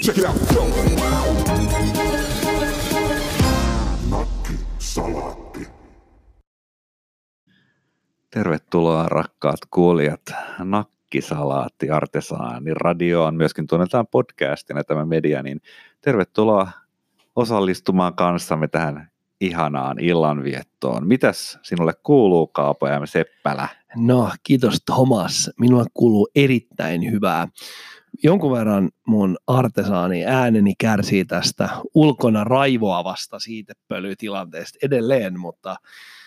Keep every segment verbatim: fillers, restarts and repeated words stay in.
Check it out. Nakkisalaatti. Tervetuloa rakkaat kuulijat Nakkisalaatti Artesaani radioon. Myöskin tunnetaan podcastina tämä media, niin tervetuloa osallistumaan kanssamme tähän ihanaan illanviettoon. Mitäs sinulle kuuluu, Kaapoja Seppälä? No, kiitos Thomas. Minulle kuuluu erittäin hyvää. Jonkun verran mun artesaani ääneni kärsii tästä ulkona raivoavasta siitepölytilanteesta edelleen, mutta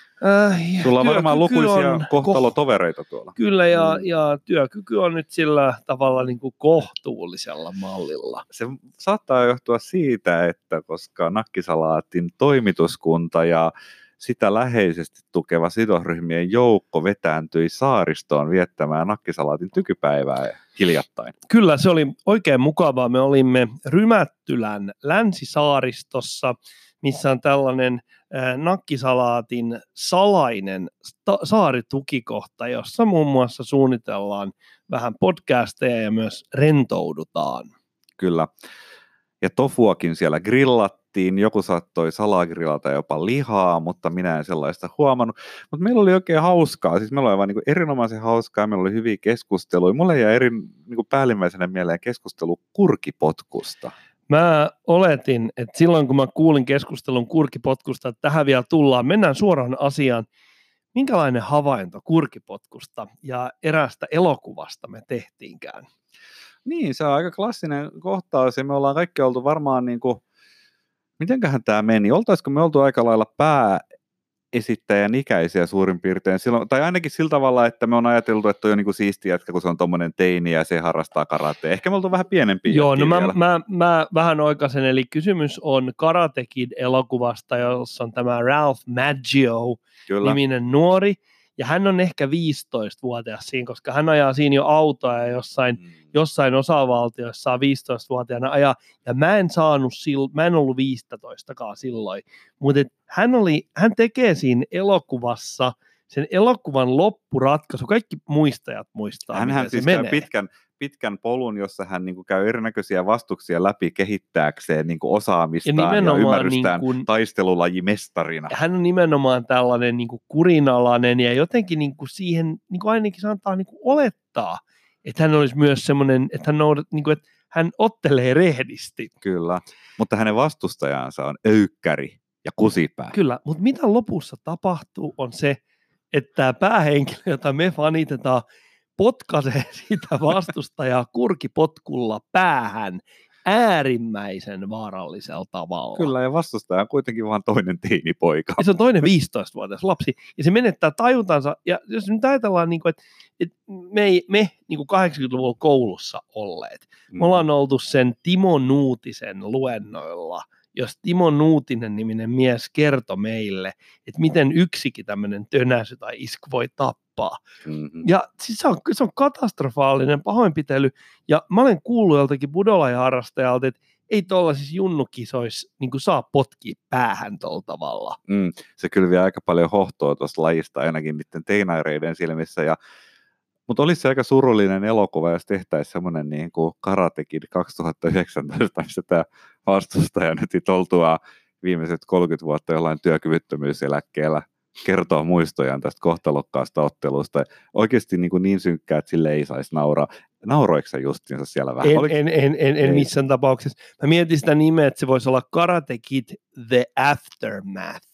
Äh, Sulla on varmaan lukuisia on kohtalotovereita tuolla. Kyllä, ja, mm. ja työkyky on nyt sillä tavalla niin kuin kohtuullisella mallilla. Se saattaa johtua siitä, että koska Nakkisalaatin toimituskunta ja sitä läheisesti tukeva sidosryhmien joukko vetääntyi saaristoon viettämään Nakkisalaatin tykypäivää hiljattain. Kyllä, se oli oikein mukavaa. Me olimme Rymättylän länsisaaristossa, missä on tällainen Nakkisalaatin salainen sta- saaritukikohta, jossa muun muassa suunnitellaan vähän podcasteja ja myös rentoudutaan. Kyllä. Ja tofuakin siellä grillattiin. Joku saattoi salagrillata jopa lihaa, mutta minä en sellaista huomannut. Mutta meillä oli oikein hauskaa. Siis meillä oli aivan niin kuin erinomaisen hauskaa. Meillä oli hyviä keskusteluja. Mulle jäi eri, niin kuin päällimmäisenä mieleen keskustelu kurkipotkusta. Mä oletin, että silloin kun mä kuulin keskustelun kurkipotkusta, että tähän vielä tullaan, mennään suoraan asiaan. Minkälainen havainto kurkipotkusta ja eräästä elokuvasta me tehtiinkään? Niin, se on aika klassinen kohtaus ja me ollaan kaikki oltu varmaan niin kuin, mitenköhän tämä meni? Oltaisiko me oltu aika lailla pääesittäjän ikäisiä suurin piirtein silloin, tai ainakin sillä tavalla, että me on ajateltu, että on jo niin kuin siisti jätkä, kun se on tommonen teini ja se harrastaa karatea. Ehkä me oltu vähän pienempiä. Joo, no mä, mä, mä vähän oikaisen, eli kysymys on Karate Kid-elokuvasta, jossa on tämä Ralph Macchio-niminen nuori, ja hän on ehkä viisitoistavuotias siinä, koska hän ajaa siinä jo autoa ja jossain, mm. jossain osavaltioissa saa viisitoistavuotiaana ajaa, ja mä en saanut sil, mä en ollut viisitoistakaan silloin, mutta hän, oli, hän tekee siinä elokuvassa sen elokuvan loppuratkaisu, kaikki muistajat muistaa, Hänhän miten siis se käy menee. Pitkän, pitkän polun, jossa hän niin kuin käy erinäköisiä vastuksia läpi kehittääkseen niin kuin osaamistaan ja, ja ymmärrystään niin kuin taistelulajimestarina. Hän on nimenomaan tällainen niin kuin kurinalainen ja jotenkin niin kuin siihen niin kuin ainakin saattaa niin kuin olettaa, että hän olisi myös semmoinen, että hän, noudat, niin kuin, että hän ottelee rehdisti. Kyllä, mutta hänen vastustajansa on öykkäri ja kusipää. Kyllä, mutta mitä lopussa tapahtuu on se, että tämä päähenkilö, jota me fanitetaan, potkaisee sitä vastustajaa kurkipotkulla päähän äärimmäisen vaarallisella tavalla. Kyllä, ja vastustaja on kuitenkin vaan toinen teinipoika. Ja se on toinen viisitoistavuotias lapsi, ja se menettää tajuntansa, ja jos nyt ajatellaan, niin kuin, että, että me, ei, me niin kuin kahdeksankymmentäluvulla koulussa olleet, me ollaan oltu sen Timo Nuutisen luennoilla, jos Timo Nuutinen niminen mies kertoi meille, että miten yksikin tämmöinen tönäsy tai isku voi tappaa. Mm-hmm. Ja siis se on, se on katastrofaalinen pahoinpitely, ja mä olen kuullut joltakin budolaiharrastajalta, että ei tuollaisissa junnukisoissa niin kuin saa potkia päähän tuolla tavalla. Mm, se kyllä vie aika paljon hohtoa tuosta lajista, ainakin niiden teinaireiden silmissä, ja mutta olisi se aika surullinen elokuva, jos tehtäisiin semmoinen niin kuin Karate Kid kaksituhattayhdeksäntoista, missä tämä vastustaja nyt oltua viimeiset kolmekymmentä vuotta jollain työkyvyttömyyseläkkeellä kertoo muistojaan tästä kohtalokkaasta ottelusta. Oikeasti niin, kuin niin synkkää, että sille ei saisi nauraa. Nauroiko sä justiinsa siellä vähän? En, Oliko... en, en, en, en missään tapauksessa. Mä mietin sitä nimeä, että se voisi olla Karate Kid The Aftermath.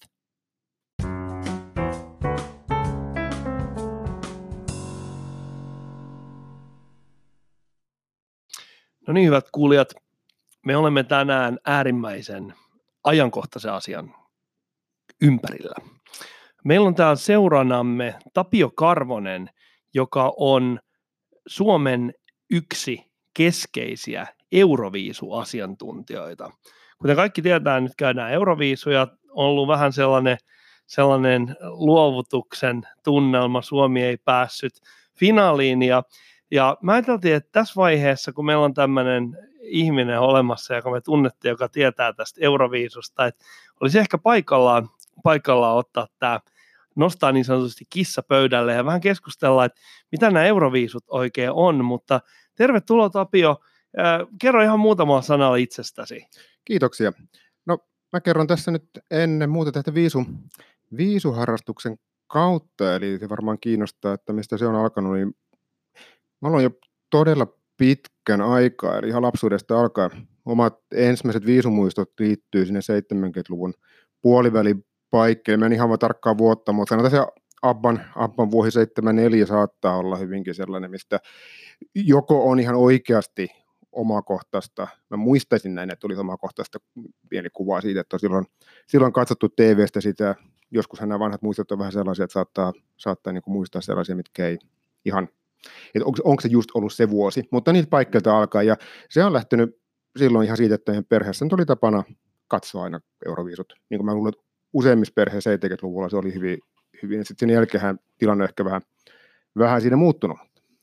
No niin, hyvät kuulijat, me olemme tänään äärimmäisen ajankohtaisen asian ympärillä. Meillä on täällä seuranamme Tapio Karvonen, joka on Suomen yksi keskeisiä Euroviisu-asiantuntijoita. Kuten kaikki tietää, nyt käydään Euroviisuja, on ollut vähän sellainen, sellainen luovutuksen tunnelma, Suomi ei päässyt finaaliin, ja Ja mä ajattelin, että tässä vaiheessa, kun meillä on tämmöinen ihminen olemassa, joka me tunnettiin, joka tietää tästä Euroviisusta, että olisi ehkä paikallaan, paikallaan ottaa tämä, nostaa niin sanotusti kissa pöydälle ja vähän keskustella, että mitä nämä Euroviisut oikein on, mutta tervetuloa Tapio, Kerro ihan muutama sanalla itsestäsi. Kiitoksia. No mä kerron tässä nyt ennen muuta tästä viisu, viisuharrastuksen kautta, eli se varmaan kiinnostaa, että mistä se on alkanut, niin mä olen jo todella pitkän aikaa, eli ihan lapsuudesta alkaen. Omat ensimmäiset viisumuistot liittyy sinne seitsemänkymmentäluvun puolivälipaikkeille. Mä en ihan vaan tarkkaa vuotta, mutta sanotaan se Abban, Abban vuosi seitsemänkymmentäneljä saattaa olla hyvinkin sellainen, mistä joko on ihan oikeasti omakohtaista, mä muistaisin näin, että oli omakohtaista pieni kuva siitä, että on silloin, silloin katsottu T V:stä sitä, joskus nämä vanhat muistot on vähän sellaisia, että saattaa, saattaa niin kuin muistaa sellaisia, mitkä ei ihan, että onko, onko se just ollut se vuosi, mutta niitä paikkeilta alkaa, ja se on lähtenyt silloin ihan siitä, että perheessä oli tapana katsoa aina Euroviisut, niin kuin mä luulen, että useimmissa perheissä seitsemänkymmentäluvulla se oli hyvin, hyvin. Sitten sen jälkeen tilanne on ehkä vähän, vähän siinä muuttunut.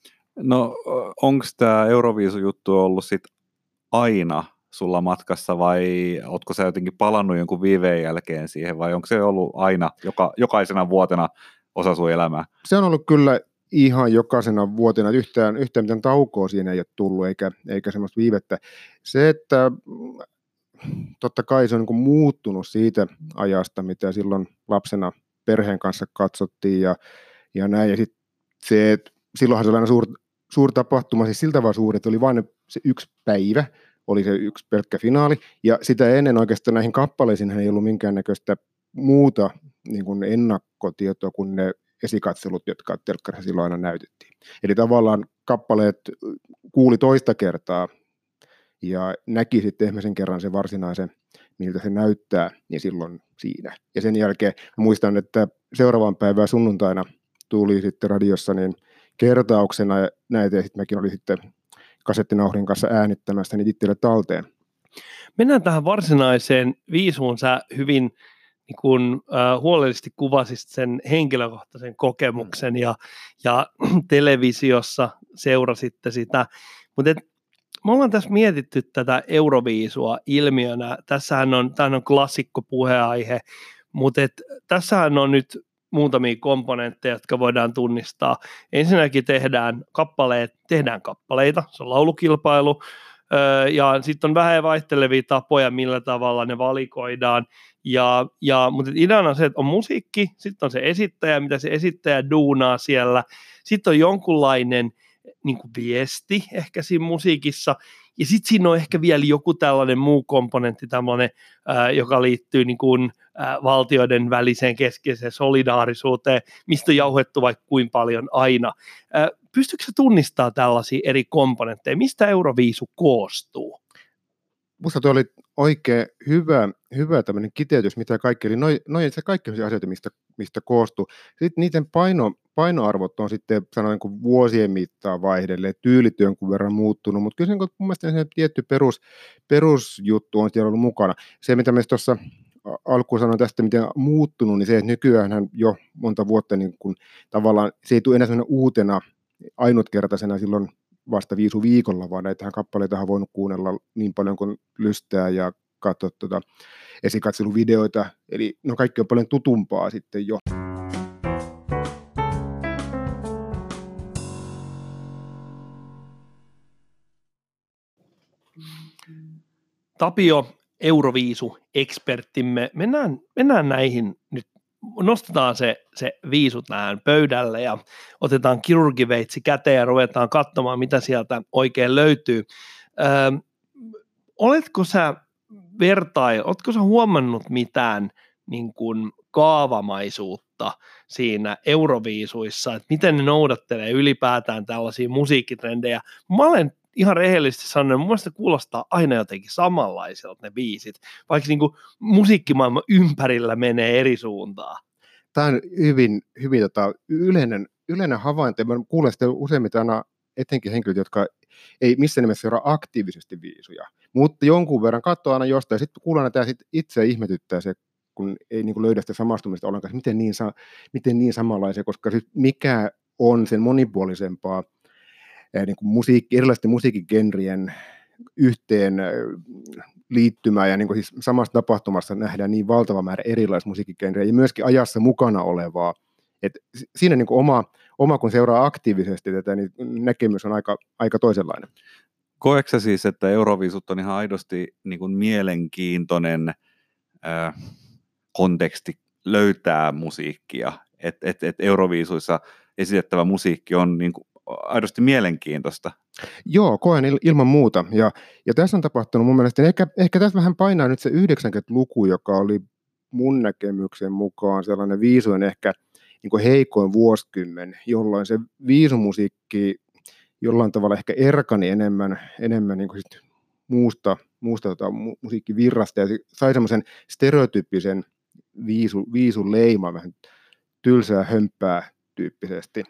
No onko tämä Euroviisu-juttu ollut sit aina sulla matkassa vai ootko sä jotenkin palannut jonkun viiveen jälkeen siihen vai onko se ollut aina joka, jokaisena vuotena osa sun elämää? Se on ollut kyllä ihan jokaisena vuotena, yhtään, yhtään mitään taukoa siinä ei ole tullut eikä, eikä semmoista viivettä. Se, että totta kai se on niin kuin muuttunut siitä ajasta, mitä silloin lapsena perheen kanssa katsottiin ja, ja näin. Ja sitten se, että silloinhan se oli aina suur, suuri tapahtuma, siis siltä vaan suuri, että oli vain se yksi päivä, oli se yksi pelkkä finaali, ja sitä ennen oikeastaan näihin kappaleisiin ei ollut minkäännäköistä muuta niin kuin ennakkotietoa kuin ne esikatselut, jotka telkkarissa silloin aina näytettiin. Eli tavallaan kappaleet kuuli toista kertaa, ja näki sitten ensimmäisen kerran sen varsinaisen, miltä se näyttää, niin silloin siinä. Ja sen jälkeen muistan, että seuraavan päivän sunnuntaina tuli sitten radiossa niin kertauksena näitä, ja sitten mäkin olin sitten kasettinauhrin kanssa äänittämässä niitä itselle talteen. Mennään tähän varsinaiseen viisuun. Sä hyvin niin kun, äh, huolellisesti kuvasit sen henkilökohtaisen kokemuksen ja, ja televisiossa seurasitte sitä. Mutta me ollaan tässä mietitty tätä Euroviisua ilmiönä. Tässähän on, tämähän on klassikko puheaihe, mutta tässähän on nyt muutamia komponentteja, jotka voidaan tunnistaa. Ensinnäkin tehdään kappaleet, tehdään kappaleita, se on laulukilpailu, öö, ja sitten on vähän vaihtelevia tapoja, millä tavalla ne valikoidaan, ja, ja, mutta ideana on se, että on musiikki, sitten on se esittäjä, mitä se esittäjä duunaa siellä, sitten on jonkunlainen niin kuin viesti ehkä siinä musiikissa, ja sitten siinä on ehkä vielä joku tällainen muu komponentti, tämmöinen, ää, joka liittyy niin kuin, ää, valtioiden väliseen keskeiseen solidaarisuuteen, mistä on jauhettu vaikka kuinka paljon aina. Ää, pystyykö se tunnistamaan tällaisia eri komponentteja? Mistä Euroviisu koostuu? Musta tuo oli oikein hyvä, hyvä tämmöinen kiteytys, mitä kaikki, eli noin noi, se kaikki on asioita, mistä, mistä koostuu. Sitten niiden paino, painoarvot on sitten sanoen niin vuosien mittaan vaihdelleet, tyylit jonkun verran muuttunut, mutta kyllä se niin mun mielestä se tietty perus, perusjuttu on siellä ollut mukana. Se, mitä mä tuossa alkuun sanoin tästä, miten on muuttunut, niin se, että nykyään jo monta vuotta niin kun, tavallaan se ei tule enää sellainen uutena, ainutkertaisena silloin vasta viisu viikolla, vaan näitähän kappaleita on voinut kuunnella niin paljon kuin lystää ja katsoa tuota esikatseluvideoita, eli no kaikki on paljon tutumpaa sitten jo. Tapio, Euroviisu-eksperttimme, mennään, mennään näihin nyt, nostetaan se, se viisut tähän pöydälle ja otetaan kirurgiveitsi käteen ja ruvetaan katsomaan, mitä sieltä oikein löytyy. Öö, oletko sä vertail, oletko sä huomannut mitään niin kuin kaavamaisuutta siinä Euroviisuissa, että miten ne noudattelee ylipäätään tällaisia musiikkitrendejä? Mä olen ihan rehellisesti sanoen, mun mielestä kuulostaa aina jotenkin samanlaiselta ne biisit, vaikka niin kuin musiikkimaailma ympärillä menee eri suuntaan. Tämä on hyvin, hyvin tota, yleinen, yleinen havainto. Mä kuulen sitä useimmiten aina etenkin henkilöt, jotka ei missään nimessä seuraa aktiivisesti viisuja, mutta jonkun verran katsoo aina jostain, ja sitten kuulen, että sit itse ihmetyttää se, kun ei niin kuin löydä sitä samastumista ollenkaan, miten niin, sa, miten niin samanlaisia, koska sit mikä on sen monipuolisempaa niin kuin musiikki, erilaisten musiikkigenrien yhteen liittymää, ja niin kuin siis samassa tapahtumassa nähdään niin valtava määrä erilaisia musiikkigenrejä, ja myöskin ajassa mukana olevaa. Et siinä niin kuin oma, oma, kun seuraa aktiivisesti tätä, niin näkemys on aika, aika toisenlainen. Koetko siis, että Euroviisut on ihan aidosti niin kuin mielenkiintoinen äh, konteksti löytää musiikkia, että et, et Euroviisuissa esitettävä musiikki on niin kuin aidosti mielenkiintoista? Joo, koen il- ilman muuta. Ja, ja tässä on tapahtunut mun mielestä, ehkä, ehkä tässä vähän painaa nyt se yhdeksänkymmentäluku, joka oli mun näkemyksen mukaan sellainen viisujen ehkä niin kuin heikoin vuosikymmen, jolloin se viisumusiikki jollain tavalla ehkä erkani enemmän, enemmän niin kuin sit muusta, muusta tota, mu- musiikkivirrasta ja se sai semmoisen stereotyyppisen viisu, viisuleiman, vähän tylsää hömppää tyyppisesti.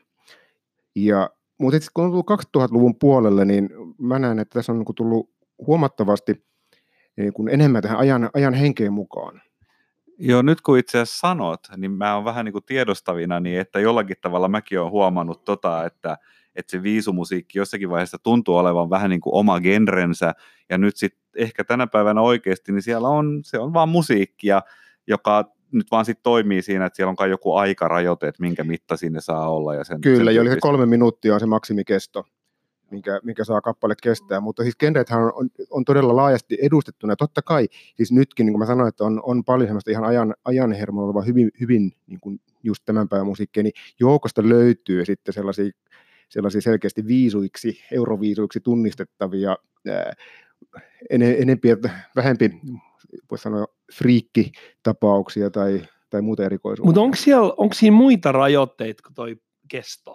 Ja, mutta sitten kun on tullut kaksituhattaluvun puolelle, niin mä näen, että tässä on niin kuin tullut huomattavasti niin kuin enemmän tähän ajan, ajan henkeen mukaan. Joo, nyt kun itse asiassa sanot, niin mä oon vähän niin kuin tiedostavina, niin että jollakin tavalla mäkin oon huomannut tota, että, että se viisumusiikki jossakin vaiheessa tuntuu olevan vähän niin kuin oma genrensä, ja nyt sitten ehkä tänä päivänä oikeasti, niin siellä on, se on vaan musiikkia, joka nyt vaan sitten toimii siinä, että siellä on kai joku aikarajoite, että minkä mitta sinne saa olla. Ja sen, Kyllä, sen ja oli se kolme minuuttia on se maksimikesto, minkä, minkä saa kappale kestää, mutta siis genrethän on, on, on todella laajasti edustettuna, ja totta kai, siis nytkin, niin kuin mä sanoin, että on, on paljon semmoista ihan ajan, ajanhermolla oleva hyvin, hyvin niin kuin just tämän päivän musiikkia, niin joukosta löytyy sitten sellaisia, sellaisia selkeästi viisuiksi, euroviisuiksi tunnistettavia, ää, enempi ja vähempi, voisi sanoa, friikkitapauksia tai, tai muuta erikoisuutta. Mutta onko, siellä, onko siinä muita rajoitteita kuin toi kesto?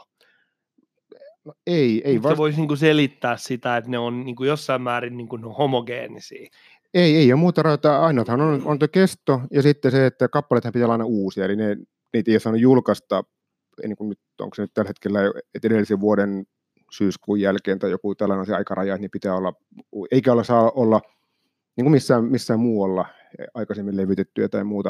No, ei, ei vasta... Se voisi niinku selittää sitä, että ne on niinku jossain määrin niinku homogeenisia. Ei, ei ole muuta rajoittaa. Ainoathan on, on tuo kesto ja sitten se, että kappalethan pitää olla aina uusia, eli ne, niitä ei ole saanut julkaista, niin kuin nyt, onko se nyt tällä hetkellä edellisen vuoden syyskuun jälkeen tai joku tällainen se aikaraja, niin pitää olla, eikä olla saa olla niin kuin missään, missään muualla aikaisemmin levytettyä tai muuta.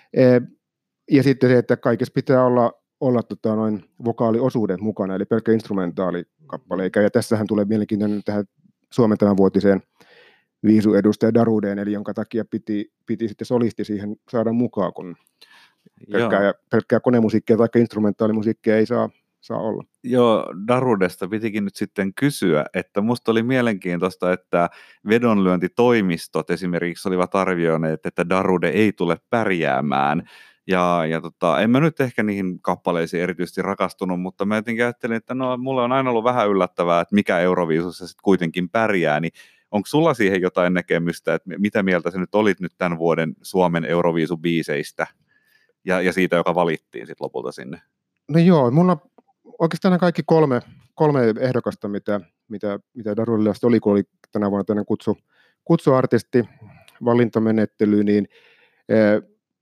Ja sitten se, että kaikessa pitää olla, olla tota, noin vokaaliosuudet mukana, eli pelkkä instrumentaalikappale. Ja tässähän tulee mielenkiintoinen tähän Suomen tämänvuotiseen viisuedustaja Darudeen, eli jonka takia piti, piti sitten solisti siihen saada mukaan, kun pelkkää, pelkkää konemusiikkia tai instrumentaalimusiikkia ei saa, saa olla. Joo, Darudesta pitikin nyt sitten kysyä, että musta oli mielenkiintoista, että vedonlyöntitoimistot esimerkiksi olivat arvioineet, että Darude ei tule pärjäämään. Ja, ja tota, en mä nyt ehkä niihin kappaleisiin erityisesti rakastunut, mutta mä jotenkin ajattelin, että no, mulle on aina ollut vähän yllättävää, että mikä Euroviisussa sitten kuitenkin pärjää, niin onko sulla siihen jotain näkemystä, että mitä mieltä sä nyt olit nyt tämän vuoden Suomen Euroviisubiiseistä ja, ja siitä, joka valittiin sitten lopulta sinne? No joo, mulla oikeastaan kaikki kolme, kolme ehdokasta, mitä, mitä, mitä Darudella oli, kun oli tänä vuonna tänne kutsu, kutsuartisti valintamenettely, niin eh,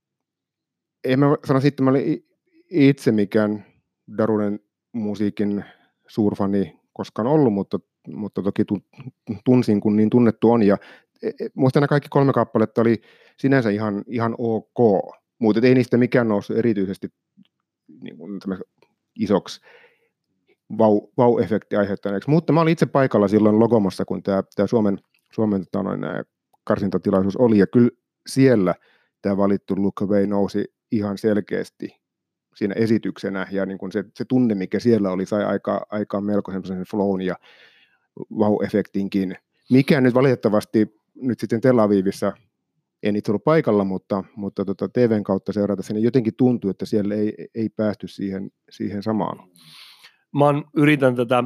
en mä sano sitten, että mä olin itse mikään Daruden musiikin suurfani koskaan ollut, mutta, mutta toki tunsin, kun niin tunnettu on. Ja muista nämä kaikki kolme kappaletta oli sinänsä ihan, ihan ok, mutta ei niistä mikään noussut erityisesti niin kuin isoksi vau, vau-efekti aiheuttaneeksi. Mutta mä olin itse paikalla silloin Logomassa, kun tämä, tämä Suomen, Suomen noin, karsintatilaisuus oli, ja kyllä siellä tämä valittu Look Away nousi ihan selkeästi siinä esityksenä, ja niin kuin se, se tunne, mikä siellä oli, sai aika, aikaan melko semmoisen flown ja vau-efektinkin. Mikä nyt valitettavasti nyt sitten Tel Avivissa, en itse ollut paikalla, mutta, mutta tota T V:n kautta seurata sen, jotenkin tuntui, että siellä ei, ei päästy siihen, siihen samaan. Mä yritän tätä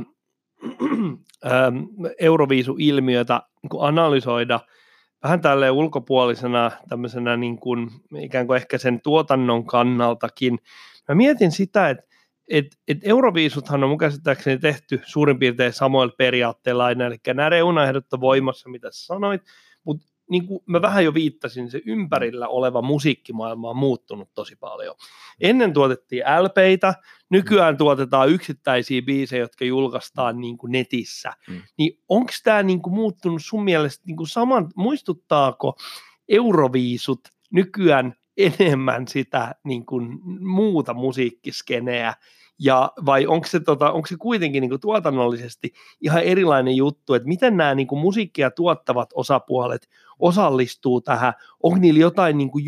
Euroviisu-ilmiötä niin analysoida vähän tälleen ulkopuolisena tämmöisenä niin kuin, ikään kuin ehkä sen tuotannon kannaltakin. Mä mietin sitä, että et, et Euroviisuthan on mun käsittääkseni tehty suurin piirtein samoilla periaatteilla aina, eli nämä reunaehdot on voimassa, mitä sä sanoit, mutta niin kuin mä vähän jo viittasin, se ympärillä oleva musiikkimaailma on muuttunut tosi paljon. Ennen tuotettiin L P:itä, nykyään tuotetaan yksittäisiä biisejä, jotka julkaistaan niin kuin netissä. Mm. Niin onko tämä niin kuin muuttunut sun mielestä niin kuin saman, muistuttaako Euroviisut nykyään enemmän sitä niin kuin muuta musiikkiskeneä, ja vai onko se, tota, onko se kuitenkin niin kuin tuotannollisesti ihan erilainen juttu, että miten nämä niin kuin musiikkia tuottavat osapuolet osallistuu tähän, onko niillä jotain niin kuin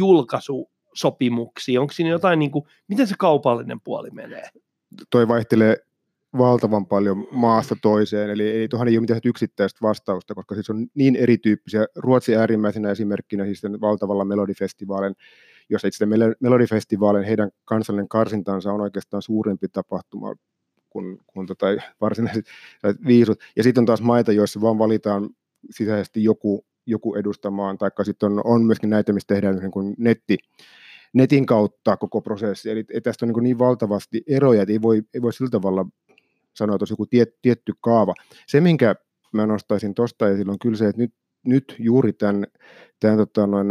julkaisusopimuksia, onko siinä jotain, niin kuin, miten se kaupallinen puoli menee? Toi vaihtelee valtavan paljon maasta toiseen, eli ei tuohon ei ole mitään yksittäistä vastausta, koska siis on niin erityyppisiä. Ruotsi äärimmäisenä esimerkkinä siis valtavalla Melodifestivaalin, jos itse Melodifestivaalin heidän kansallinen karsintansa on oikeastaan suurempi tapahtuma kuin, kuin tota varsinaiset viisut. Ja sitten on taas maita, joissa vaan valitaan sisäisesti joku, joku edustamaan, taikka sitten on, on myöskin näitä, mistä tehdään niin kuin netti, netin kautta koko prosessi. Eli tästä on niin, niin valtavasti eroja, että ei voi, ei voi sillä tavalla sanoa, että olisi joku tiet, tietty kaava. Se, minkä mä nostaisin tuosta esille, on kyllä se, että nyt, nyt juuri tämän, tämän tota, noin,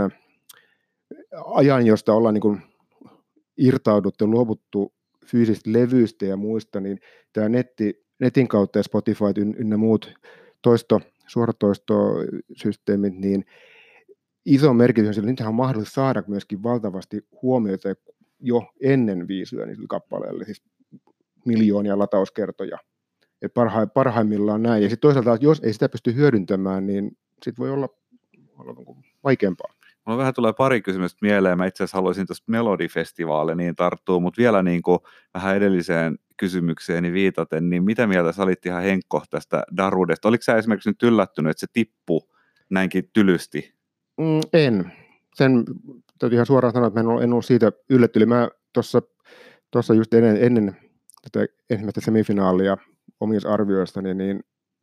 ajan, josta ollaan niin kuin irtauduttu ja luovuttu fyysistä levyistä ja muista, niin tämä netti, netin kautta ja Spotify ynnä muut toisto, suoratoistosysteemit, niin iso merkitys on sillä, nythän on mahdollista saada myöskin valtavasti huomioita jo ennen viisuja niille kappaleille, siis miljoonia latauskertoja. Et parha, parhaimmillaan näin. Ja sitten toisaalta, jos ei sitä pysty hyödyntämään, niin sitten voi olla, olla vaikeampaa. Mulla vähän tulee pari kysymystä mieleen. Mä itse asiassa haluaisin tuosta Melodifestivaale niin tarttua, mutta vielä niin kuin vähän edelliseen kysymykseeni viitaten, niin mitä mieltä sä olit ihan Henkko tästä Daruudesta? Oliko sä esimerkiksi nyt yllättynyt, että se tippui näinkin tylysti? Mm, en. Sen täytyy ihan suoraan sanoa, että mä en ollut, en ollut siitä yllättynyt. Mä tuossa just ennen, ennen tätä ensimmäistä semifinaalia omissa arvioistani, niin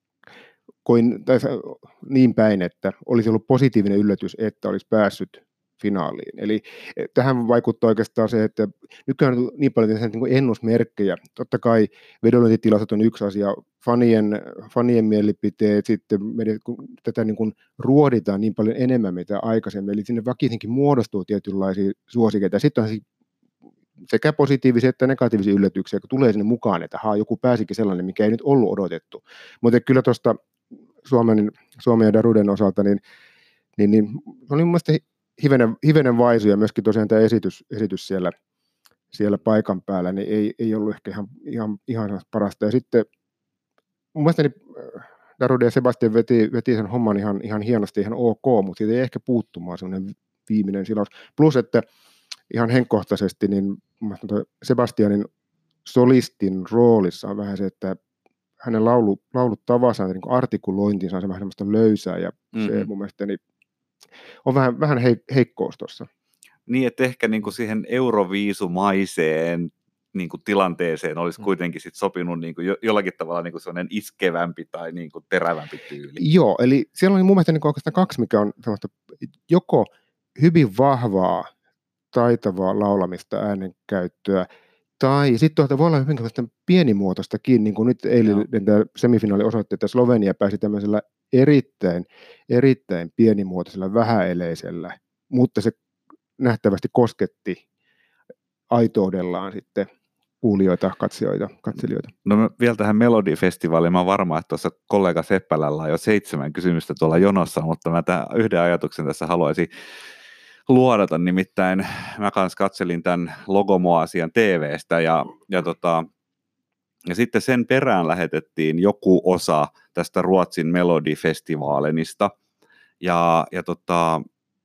koin tai niin päin, että olisi ollut positiivinen yllätys, että olisi päässyt finaaliin. Eli tähän vaikuttaa oikeastaan se, että nykyään on niin paljon niin ennusmerkkejä. Totta kai vedonlyöntitilastot on yksi asia, fanien, fanien mielipiteet, sitten kun tätä niin kuin ruoditaan niin paljon enemmän mitä aikaisemmin, eli sinne väkisinkin muodostuu tietynlaisia suosikeita. Sitten on sekä positiivisia että negatiivisia yllätyksiä, kun tulee sinne mukaan, että haa, joku pääsikin sellainen, mikä ei nyt ollut odotettu. Mutta kyllä tuosta Suomen, Suomen ja Daruden osalta, niin, niin, niin oli mun mielestä hivenen, hivenen vaisu, ja myöskin tosiaan tämä esitys, esitys siellä, siellä paikan päällä, niin ei, ei ollut ehkä ihan, ihan, ihan parasta. Ja sitten mun mielestä niin Darude ja Sebastian veti, veti sen homman ihan, ihan hienosti, ihan ok, mutta siitä ei ehkä puuttumaan semmoinen viimeinen silaus. Plus, että ihan henkkohtaisesti, niin Sebastianin solistin roolissa on vähän se, että hänen laulu, laulutavansa, niin artikulointinsa on se vähän semmoista löysää, ja mm-hmm. se mun mielestä niin on vähän, vähän heikkous tuossa. Niin, että ehkä niin kuin siihen euroviisumaiseen niin kuin tilanteeseen olisi kuitenkin sit sopinut niin kuin jo, jollakin tavalla niin kuin sellainen iskevämpi tai niin kuin terävämpi tyyli. Joo, eli siellä on mun mielestä niin oikeastaan kaksi, mikä on semmoista joko hyvin vahvaa, taitavaa laulamista, äänenkäyttöä, tai sitten voi olla hyvin pienimuotoistakin, niin kuin nyt eilen tämä semifinaali osoitti, että Slovenia pääsi tämmöisellä erittäin, erittäin pienimuotoisella, vähäeleisellä, mutta se nähtävästi kosketti aitoudellaan sitten kuulijoita, katselijoita. katselijoita. No mä vielä tähän Melodifestivaaliin, mä oon varma, että tuossa kollega Seppälällä on jo seitsemän kysymystä tuolla jonossa, mutta mä tämän yhden ajatuksen tässä haluaisin luodata, nimittäin mä kanssa katselin tämän Logomo-asian T V:stä ja, ja, tota, ja sitten sen perään lähetettiin joku osa tästä Ruotsin Melodifestivaalenista ja, ja tota,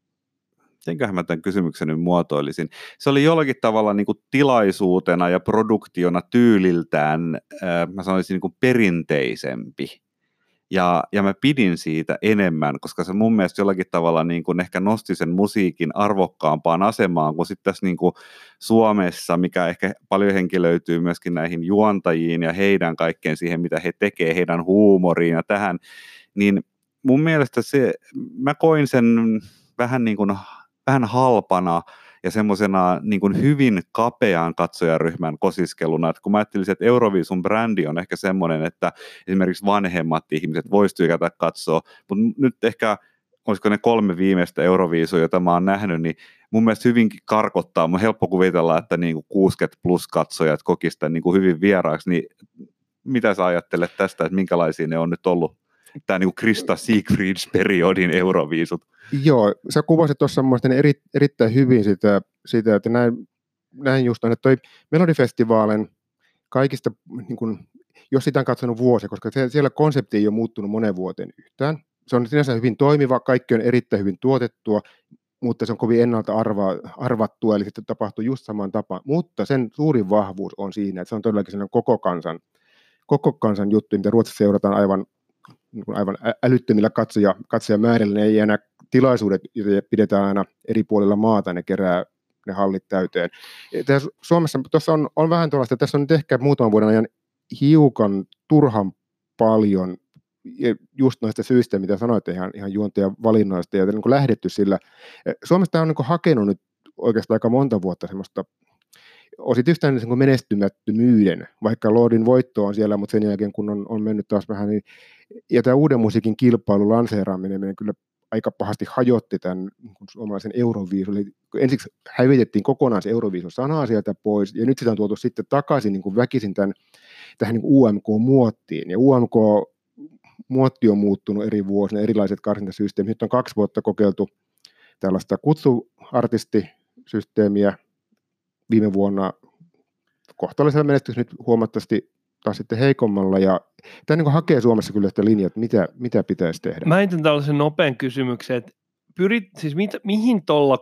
mitenköhän mä tämän kysymyksen nyt muotoilisin. Se oli jollakin tavalla niin kuin tilaisuutena ja produktiona tyyliltään, äh, mä sanoisin niin kuin perinteisempi. Ja, ja mä pidin siitä enemmän, koska se mun mielestä jollakin tavalla niin kuin ehkä nosti sen musiikin arvokkaampaan asemaan, kuin sitten tässä niin kuin Suomessa, mikä ehkä paljon henkilöityy myöskin näihin juontajiin ja heidän kaikkeen siihen, mitä he tekee, heidän huumoriin ja tähän, niin mun mielestä se, mä koin sen vähän niin kuin vähän halpana ja semmoisena niin kuin hyvin kapean katsojaryhmän kosiskeluna, että kun mä ajattelisin, että Euroviisun brändi on ehkä semmoinen, että esimerkiksi vanhemmat ihmiset voisi tykätä katsoa, mutta nyt ehkä, olisiko ne kolme viimeistä Euroviisua, jota mä oon nähnyt, niin mun mielestä hyvinkin karkottaa, mun on helppo kuvitella, että niin kuin kuusikymmentä plus katsojat kokista niin kuin hyvin vieraaksi, niin mitä sä ajattelet tästä, että minkälaisia ne on nyt ollut? Tämä niin kuin Krista Siegfrieds-periodin Euroviisut. Joo, sä kuvasit tuossa niin eri, erittäin hyvin sitä, sitä että näin, näin just on, että toi Melodifestivaalin kaikista, niin kun, jos sitä on katsonut vuosia, koska se, siellä konsepti ei ole muuttunut monen vuoteen yhtään. Se on sinänsä hyvin toimiva, kaikki on erittäin hyvin tuotettua, mutta se on kovin ennalta arva, arvattua, eli sitten tapahtuu just samaan tapaan. Mutta sen suurin vahvuus on siinä, että se on todellakin sellainen koko kansan koko kansan juttuja, mitä Ruotsissa seurataan aivan, niin kuin aivan älyttömillä katsoja, katsojamäärillä. Ne ei enää tilaisuudet, joita pidetään aina eri puolilla maata, ne kerää ne hallit täyteen. Tässä Suomessa tuossa on, on vähän tuollaista, tässä on nyt ehkä muutaman vuoden ajan hiukan turhan paljon just noista syistä, mitä sanoitte ihan, ihan juontajan valinnoista, ja niin kuin lähdetty sillä. Suomesta on niin kuin hakenut nyt oikeastaan aika monta vuotta semmoista osittain niin menestymättömyyden, vaikka Lordin voitto on siellä, mutta sen jälkeen kun on, on mennyt taas vähän, niin, ja tämä uuden musiikin kilpailun lanseeraaminen meidän kyllä aika pahasti hajotti tämän niin suomalaisen Euroviisun. Eli ensiksi hävitettiin kokonaan se Euroviisun sanaa sieltä pois, ja nyt sitä on tuotu sitten takaisin niin kuin väkisin tämän, tähän niin kuin U M K-muottiin, ja U M K-muotti on muuttunut eri vuosina, erilaiset karsintasysteemit. Nyt on kaksi vuotta kokeiltu tällaista kutsuartistisysteemiä, viime vuonna kohtallisella menestys nyt huomattavasti taas sitten heikommalla, ja tämä niin kuin hakee Suomessa kyllä sitä linjaa, että mitä, mitä pitäisi tehdä. Mä heitän tällaisen nopean kysymyksen, että pyrit, siis mit, mihin tuolla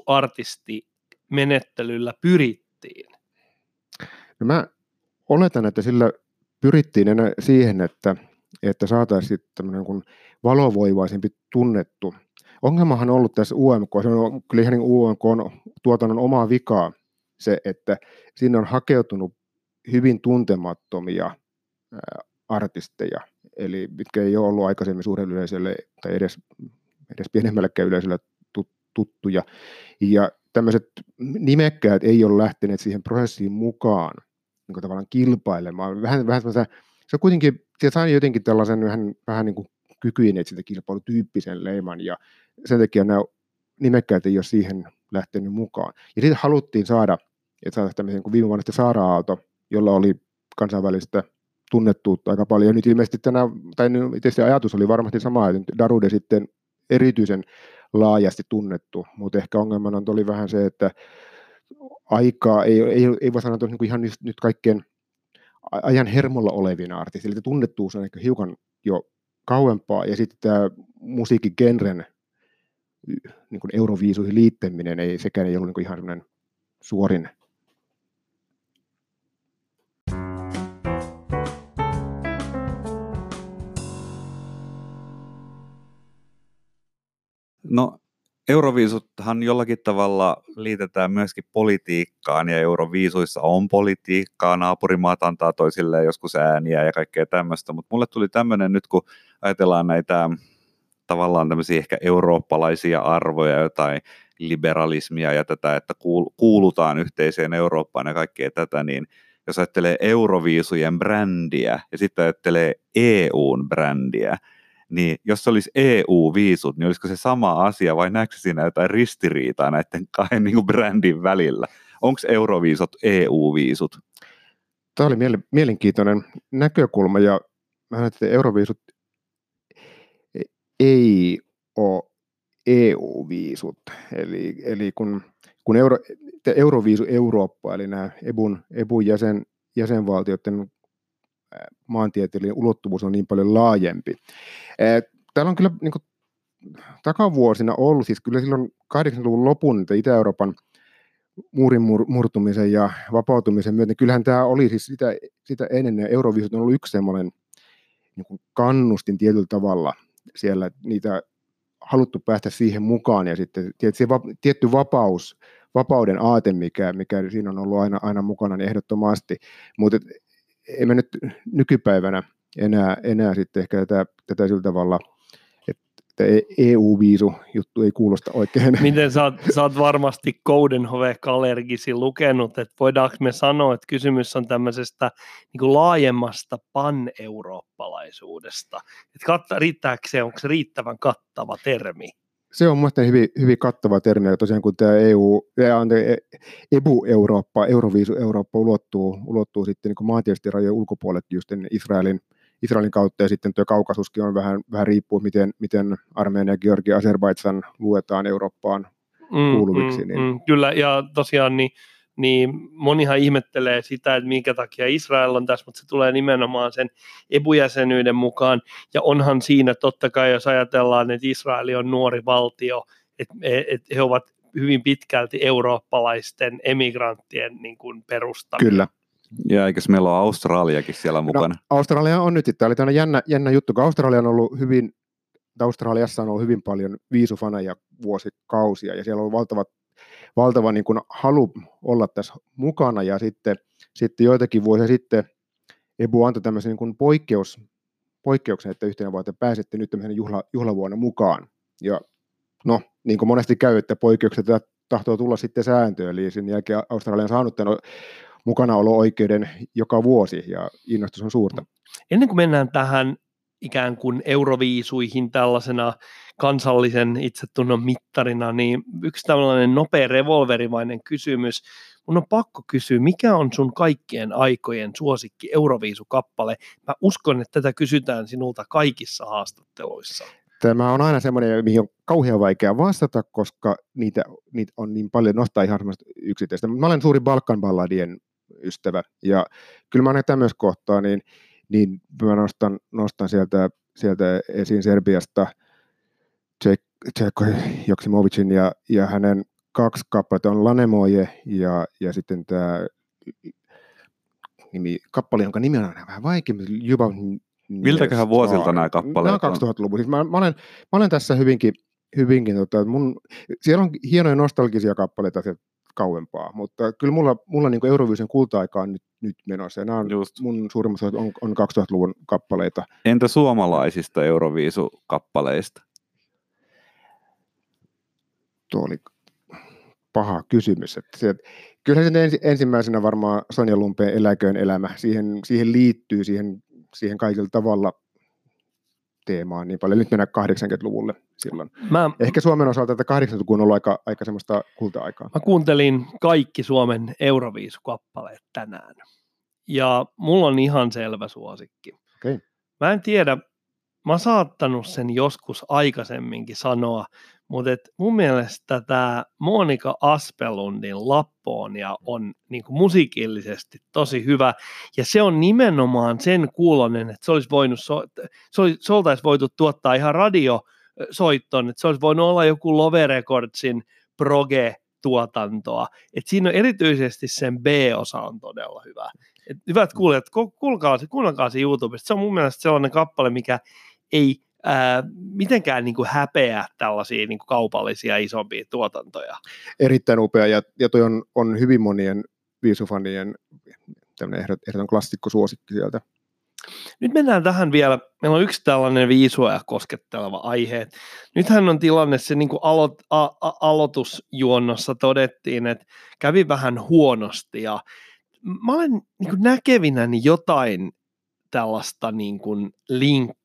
kutsuartistimenettelyllä pyrittiin? No mä oletan, että sillä pyrittiin enää siihen, että, että saataisiin tämmöinen kuin valovoivaisempi tunnettu. Ongelmahan on ollut tässä U M K, se on kyllä ihan niin U M K-tuotannon omaa vikaa, se, että sinne on hakeutunut hyvin tuntemattomia ää, artisteja, eli mitkä ei ole ollut aikaisemmin suurelle yleisölle tai edes, edes pienemmällekään yleisölle tuttuja. Ja tämmöiset nimekkäät ei ole lähteneet siihen prosessiin mukaan niin kuin tavallaan kilpailemaan. Vähän, vähän se on kuitenkin, se sai jotenkin tällaisen vähän, vähän niin kuin kykyinen siitä kilpailutyyppisen leiman, ja sen takia nämä nimekkäät ei ole siihen lähtenyt mukaan. Ja sitten haluttiin saada, että saada tämmöisen kuin viime vuonna sitten Saara Aalto, jolla oli kansainvälistä tunnettuutta aika paljon. Nyt ilmeisesti tänä, tai tietysti ajatus oli varmasti sama, että Darude sitten erityisen laajasti tunnettu, mutta ehkä ongelmana oli vähän se, että aikaa ei, ei, ei voi sanoa, että niin ihan nyt kaikkein ajan hermolla olevina artisteja, eli tunnettuus on ehkä hiukan jo kauempaa, ja sitten tämä musiikkigenren niin kuin Euroviisuihin liittäminen, ei, sekään ei ollut niin kuin ihan sellainen suorin. No, Euroviisuthan jollakin tavalla liitetään myöskin politiikkaan, ja Euroviisuissa on politiikkaa, naapurimaat antaa toisilleen joskus ääniä ja kaikkea tämmöistä, mutta mulle tuli tämmöinen nyt, kun ajatellaan näitä tavallaan tämmöisiä ehkä eurooppalaisia arvoja, jotain liberalismia ja tätä, että kuulutaan yhteiseen Eurooppaan ja kaikkea tätä, niin jos ajattelee Euroviisujen brändiä ja sitten ajattelee E U:n brändiä, niin jos se olisi E U-viisut, niin olisiko se sama asia vai näetkö siinä jotain ristiriitaa näiden kahden niin kuin brändin välillä? Onko Euroviisut E U-viisut? Tämä oli mielenkiintoinen näkökulma, ja mä näen, että Euroviisut ei ole E U-viisut, eli, eli kun, kun Euro, Euroviisu Eurooppa, eli nämä E B U:n, E B U:n jäsen, jäsenvaltioiden maantieteellinen ulottuvuus on niin paljon laajempi. Täällä on kyllä niin kuin, takavuosina ollut, siis kyllä silloin kahdeksankymmentäluvun lopun Itä-Euroopan muurin murtumisen ja vapautumisen myötä, kyllähän tämä oli siis sitä, sitä ennen, ja Euroviisut on ollut yksi semmoinen niin kuin kannustin tietyllä tavalla siellä, niitä haluttu päästä siihen mukaan, ja sitten se tietty vapaus, vapauden aate, mikä, mikä siinä on ollut aina, aina mukana, niin ehdottomasti, mutta ei me nyt nykypäivänä enää, enää sitten ehkä tätä, tätä sillä tavalla, että E U-viisu-juttu ei kuulosta oikein. Miten sä oot, sä oot varmasti Coudenhove-Kalergisi lukenut, että voidaanko me sanoa, että kysymys on tämmöisestä niin kuin laajemmasta pan-eurooppalaisuudesta. Että katta, riittääkö se, onko se riittävän kattava termi? Se on mielestäni hyvin, hyvin kattava termi, ja tosiaan kun tämä E U, E B U-Eurooppa, Euroviisu-Eurooppa ulottuu, ulottuu sitten niin maantieteellisesti rajojen ulkopuolelle just Israelin, Israelin kautta, ja sitten tuo Kaukasuskin on vähän, vähän riippuu, miten, miten Armenia, Georgia, Azerbaidžan luetaan Eurooppaan kuuluviksi. Mm, niin. mm, kyllä, ja tosiaan niin, niin monihan ihmettelee sitä, että minkä takia Israel on tässä, mutta se tulee nimenomaan sen E B U-jäsenyyden mukaan, ja onhan siinä totta kai, jos ajatellaan, että Israel on nuori valtio, että, että he ovat hyvin pitkälti eurooppalaisten emigranttien niin kuin perustamia. Kyllä, Ja eikös meillä ole Australiakin siellä mukana? No, Australia on nyt, tämä oli tämmöinen jännä, jännä juttu, kun Australia on ollut hyvin, Australiassa on ollut hyvin paljon viisufaneja vuosikausia, ja siellä on valtava, valtava niin kuin halu olla tässä mukana, ja sitten, sitten joitakin vuosia sitten E B U antoi tämmöisen niin kuin poikkeus, poikkeuksen, että yhtenä vuonna pääsette nyt tämmöisen juhla, juhlavuonna mukaan, ja no, niin kuin monesti käy, että poikkeukset tahtoo tulla sitten sääntöön, eli sen jälkeen Australia on saanut tämän mukanaolo-oikeuden joka vuosi, ja innostus on suurta. Ennen kuin mennään tähän ikään kuin euroviisuihin tällaisena kansallisen itsetunnon mittarina, niin yksi tällainen nopea revolverimainen kysymys. Mun on pakko kysyä, mikä on sun kaikkien aikojen suosikki euroviisukappale? Mä uskon, että tätä kysytään sinulta kaikissa haastatteluissa. Tämä on aina semmoinen, mihin on kauhean vaikea vastata, koska niitä, niitä on niin paljon nostaa ihan yksittäistä. Mä olen suuri Balkan-balladien ystävä, ja kyllä mä aina tämmöistä kohtaa, niin, niin mä nostan, nostan sieltä, sieltä esiin Serbiasta Tšeko Joksimovicin ja, ja hänen kaksi kappaletta on Lanemoje ja, ja sitten tämä nimi, kappale, jonka nimi on vähän vaikea, Juba. Miltäköhän vuosilta nämä kappaleet nämä on? kaksituhattaluvun. Siis mä, mä, olen, mä olen tässä hyvinkin, hyvinkin tota, mun, siellä on hienoja nostalgisia kappaleita sieltä kauempaa, mutta kyllä mulla, mulla niin kuin Eurovision kulta-aika on nyt, nyt menossa, ja nämä on Just. mun suurimmat on, on kaksituhattaluvun kappaleita. Entä suomalaisista Euroviisukappaleista? Tuo oli paha kysymys. Että se, kyllähän se ensi, ensimmäisenä varmaan Sonja Lumpeen Eläköön elämä, siihen, siihen liittyy siihen, siihen kaikilla tavalla teemaan niin paljon. Nyt mennään kahdeksankymmentäluvulle silloin. Mä, Ehkä Suomen osalta, että kahdeksankymmentäluku on ollut aika, aika semmoista kulta-aikaa. Mä kuuntelin kaikki Suomen Euroviisukappaleet tänään. Ja mulla on ihan selvä suosikki. Okay. Mä en tiedä, mä oon saattanut sen joskus aikaisemminkin sanoa, mutta et mun mielestä tämä Monika Aspelundin Lapponia on niinku musiikillisesti tosi hyvä, ja se on nimenomaan sen kuulonen, että se olisi voinut, so, se, olisi, se oltaisi voitu tuottaa ihan radiosoittoon, että se olisi voinut olla joku Love Recordsin proge-tuotantoa, että siinä on erityisesti sen B-osa on todella hyvä. Et hyvät kuulijat, kuulkaa se, kuunnelkaa se YouTubesta, se on mun mielestä sellainen kappale, mikä ei Ää, mitenkään niin kuin häpeä tällaisia niin kuin kaupallisia isompia tuotantoja. Erittäin upea, ja, ja toi on, on hyvin monien viisufanien tämmöinen ehdoton klassikkosuosikki sieltä. Nyt mennään tähän vielä, meillä on yksi tällainen viisua kosketteleva aihe. Nythän on tilanne, se niin kuin alo- a- a- aloitusjuonnossa todettiin, että kävi vähän huonosti, ja mä olen niin kuin näkevinäni jotain tällaista niin kuin linkkiä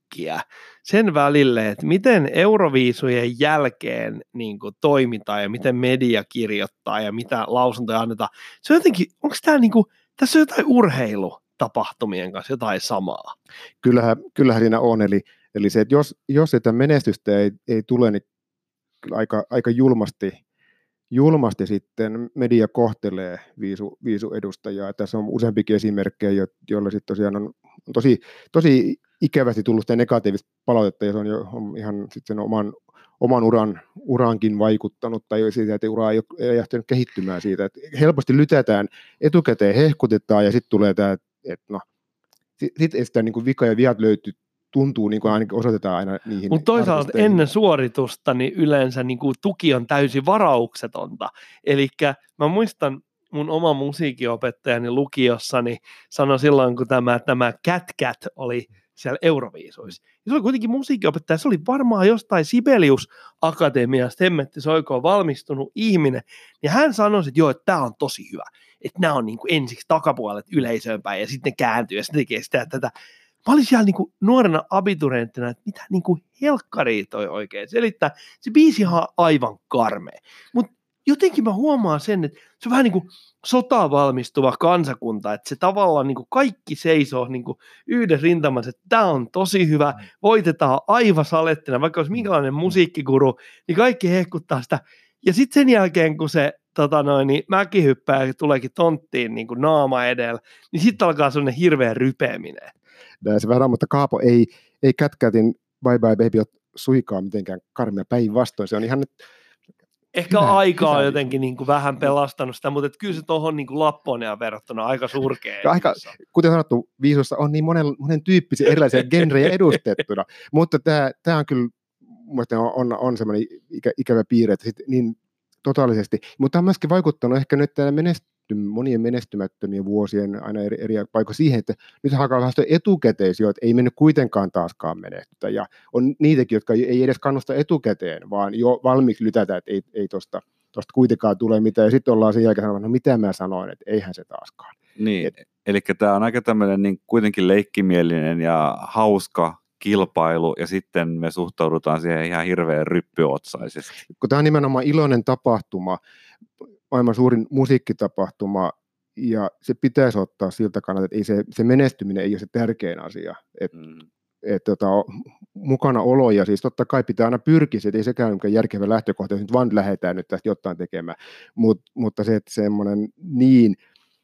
sen välille, että miten Euroviisujen jälkeen niin kuin toimitaan ja miten media kirjoittaa ja mitä lausuntoja annetaan. Se on jotenkin, onko tämä niin kuin, tässä on jotain urheilutapahtumien kanssa jotain samaa? Kyllähän, kyllähän siinä on, eli, eli se, että jos, jos sitä menestystä ei, ei tule, niin aika, aika julmasti, julmasti sitten media kohtelee viisu, viisuedustajaa. Tässä on useampikin esimerkkejä, jo, joilla sitten tosiaan on tosi, tosi ikävästi tullut sitä negatiivista palautetta, ja se on jo on ihan sitten sen oman, oman uran, urankin vaikuttanut, tai siitä, että ura ei ole lähtenyt kehittymään siitä. Että helposti lytätään, etukäteen hehkutetaan, ja sitten tulee tämä, että no, sitten sitä niin kuin vika ja viat löytyy, tuntuu niin kuin ainakin osoitetaan aina niihin. Mutta toisaalta ennen suoritusta niin yleensä niin kuin tuki on täysin varauksetonta. Eli mä muistan, mun oma musiikinopettajani lukiossani sanoi silloin, kun tämä, tämä Cat Cat oli siellä Euroviisuissa. Ja se oli kuitenkin musiikkiopettaja, se oli varmaan jostain Sibelius-akatemiasta, hemmetti soikoon valmistunut ihminen. Ja hän sanoi, että joo, että tämä on tosi hyvä. Että nämä on niin kuin ensiksi takapuolet yleisöön päin, ja sitten ne kääntyy, ja sitten tekee sitä ja tätä. Mä olin siellä niin kuin nuorena abiturienttina, että mitä niin kuin helkkaria toi oikein selittää. Se biisi on aivan karmea. Mutta jotenkin mä huomaan sen, että se on vähän niin kuin sotaan valmistuva kansakunta, että se tavallaan niin kuin kaikki seisoo niin kuin yhden rintamassa, että tämä on tosi hyvä, voitetaan aivan salettina, vaikka olisi minkälainen musiikkikuru, niin kaikki hehkuttaa sitä. Ja sitten sen jälkeen, kun se tota noin, niin mäkihyppää tuleekin tonttiin niin kuin naama edellä, niin sitten alkaa sellainen hirveä rypeäminen. Näin se vähän, mutta Kaapo ei, ei Cat Catin Bye Bye Baby ole suikaan mitenkään karmea, päinvastoin. Se on ihan nyt Ehkä Hyvä, aika hyvä on viisu. jotenkin niin kuin vähän pelastanut sitä, mutta et kyllä se tuohon niin Lapponeaan verrattuna aika surkea. Ja aika, kuten sanottu, viisussa on niin monen, monen tyyppisiä erilaisia genrejä edustettuna, mutta tämä, tämä on kyllä, mielestäni on, on, on semmoinen ikä, ikävä piirre, että sit niin totaalisesti, mutta tämä on myöskin vaikuttanut ehkä nyt menesty, monien menestymättömien vuosien aina eri, eri paikoissa siihen, että nyt alkaa vähän sitä etukäteisiä, että ei mennyt kuitenkaan taaskaan menestytä, ja on niitäkin, jotka ei edes kannusta etukäteen, vaan jo valmiiksi lytätä, että ei, ei tuosta tuosta kuitenkaan tulee mitään, ja sitten ollaan sen jälkeen sanomaan, no mitä mä sanoin, että eihän se taaskaan. Niin, eli tämä on aika tämmöinen niin kuitenkin leikkimielinen ja hauska kilpailu, ja sitten me suhtaudutaan siihen ihan hirveän ryppyotsaisesti. Kun tämä on nimenomaan iloinen tapahtuma, maailman suurin musiikkitapahtuma, ja se pitäisi ottaa siltä kannalta, että ei se, se menestyminen ei ole se tärkein asia. Et, mm. et, tota, mukana olo, ja siis totta kai pitää aina pyrkiä, että ei sekään ole järkevä lähtökohta, jos nyt vaan lähdetään nyt tästä jotain tekemään, Mut, mutta se, että semmoinen niin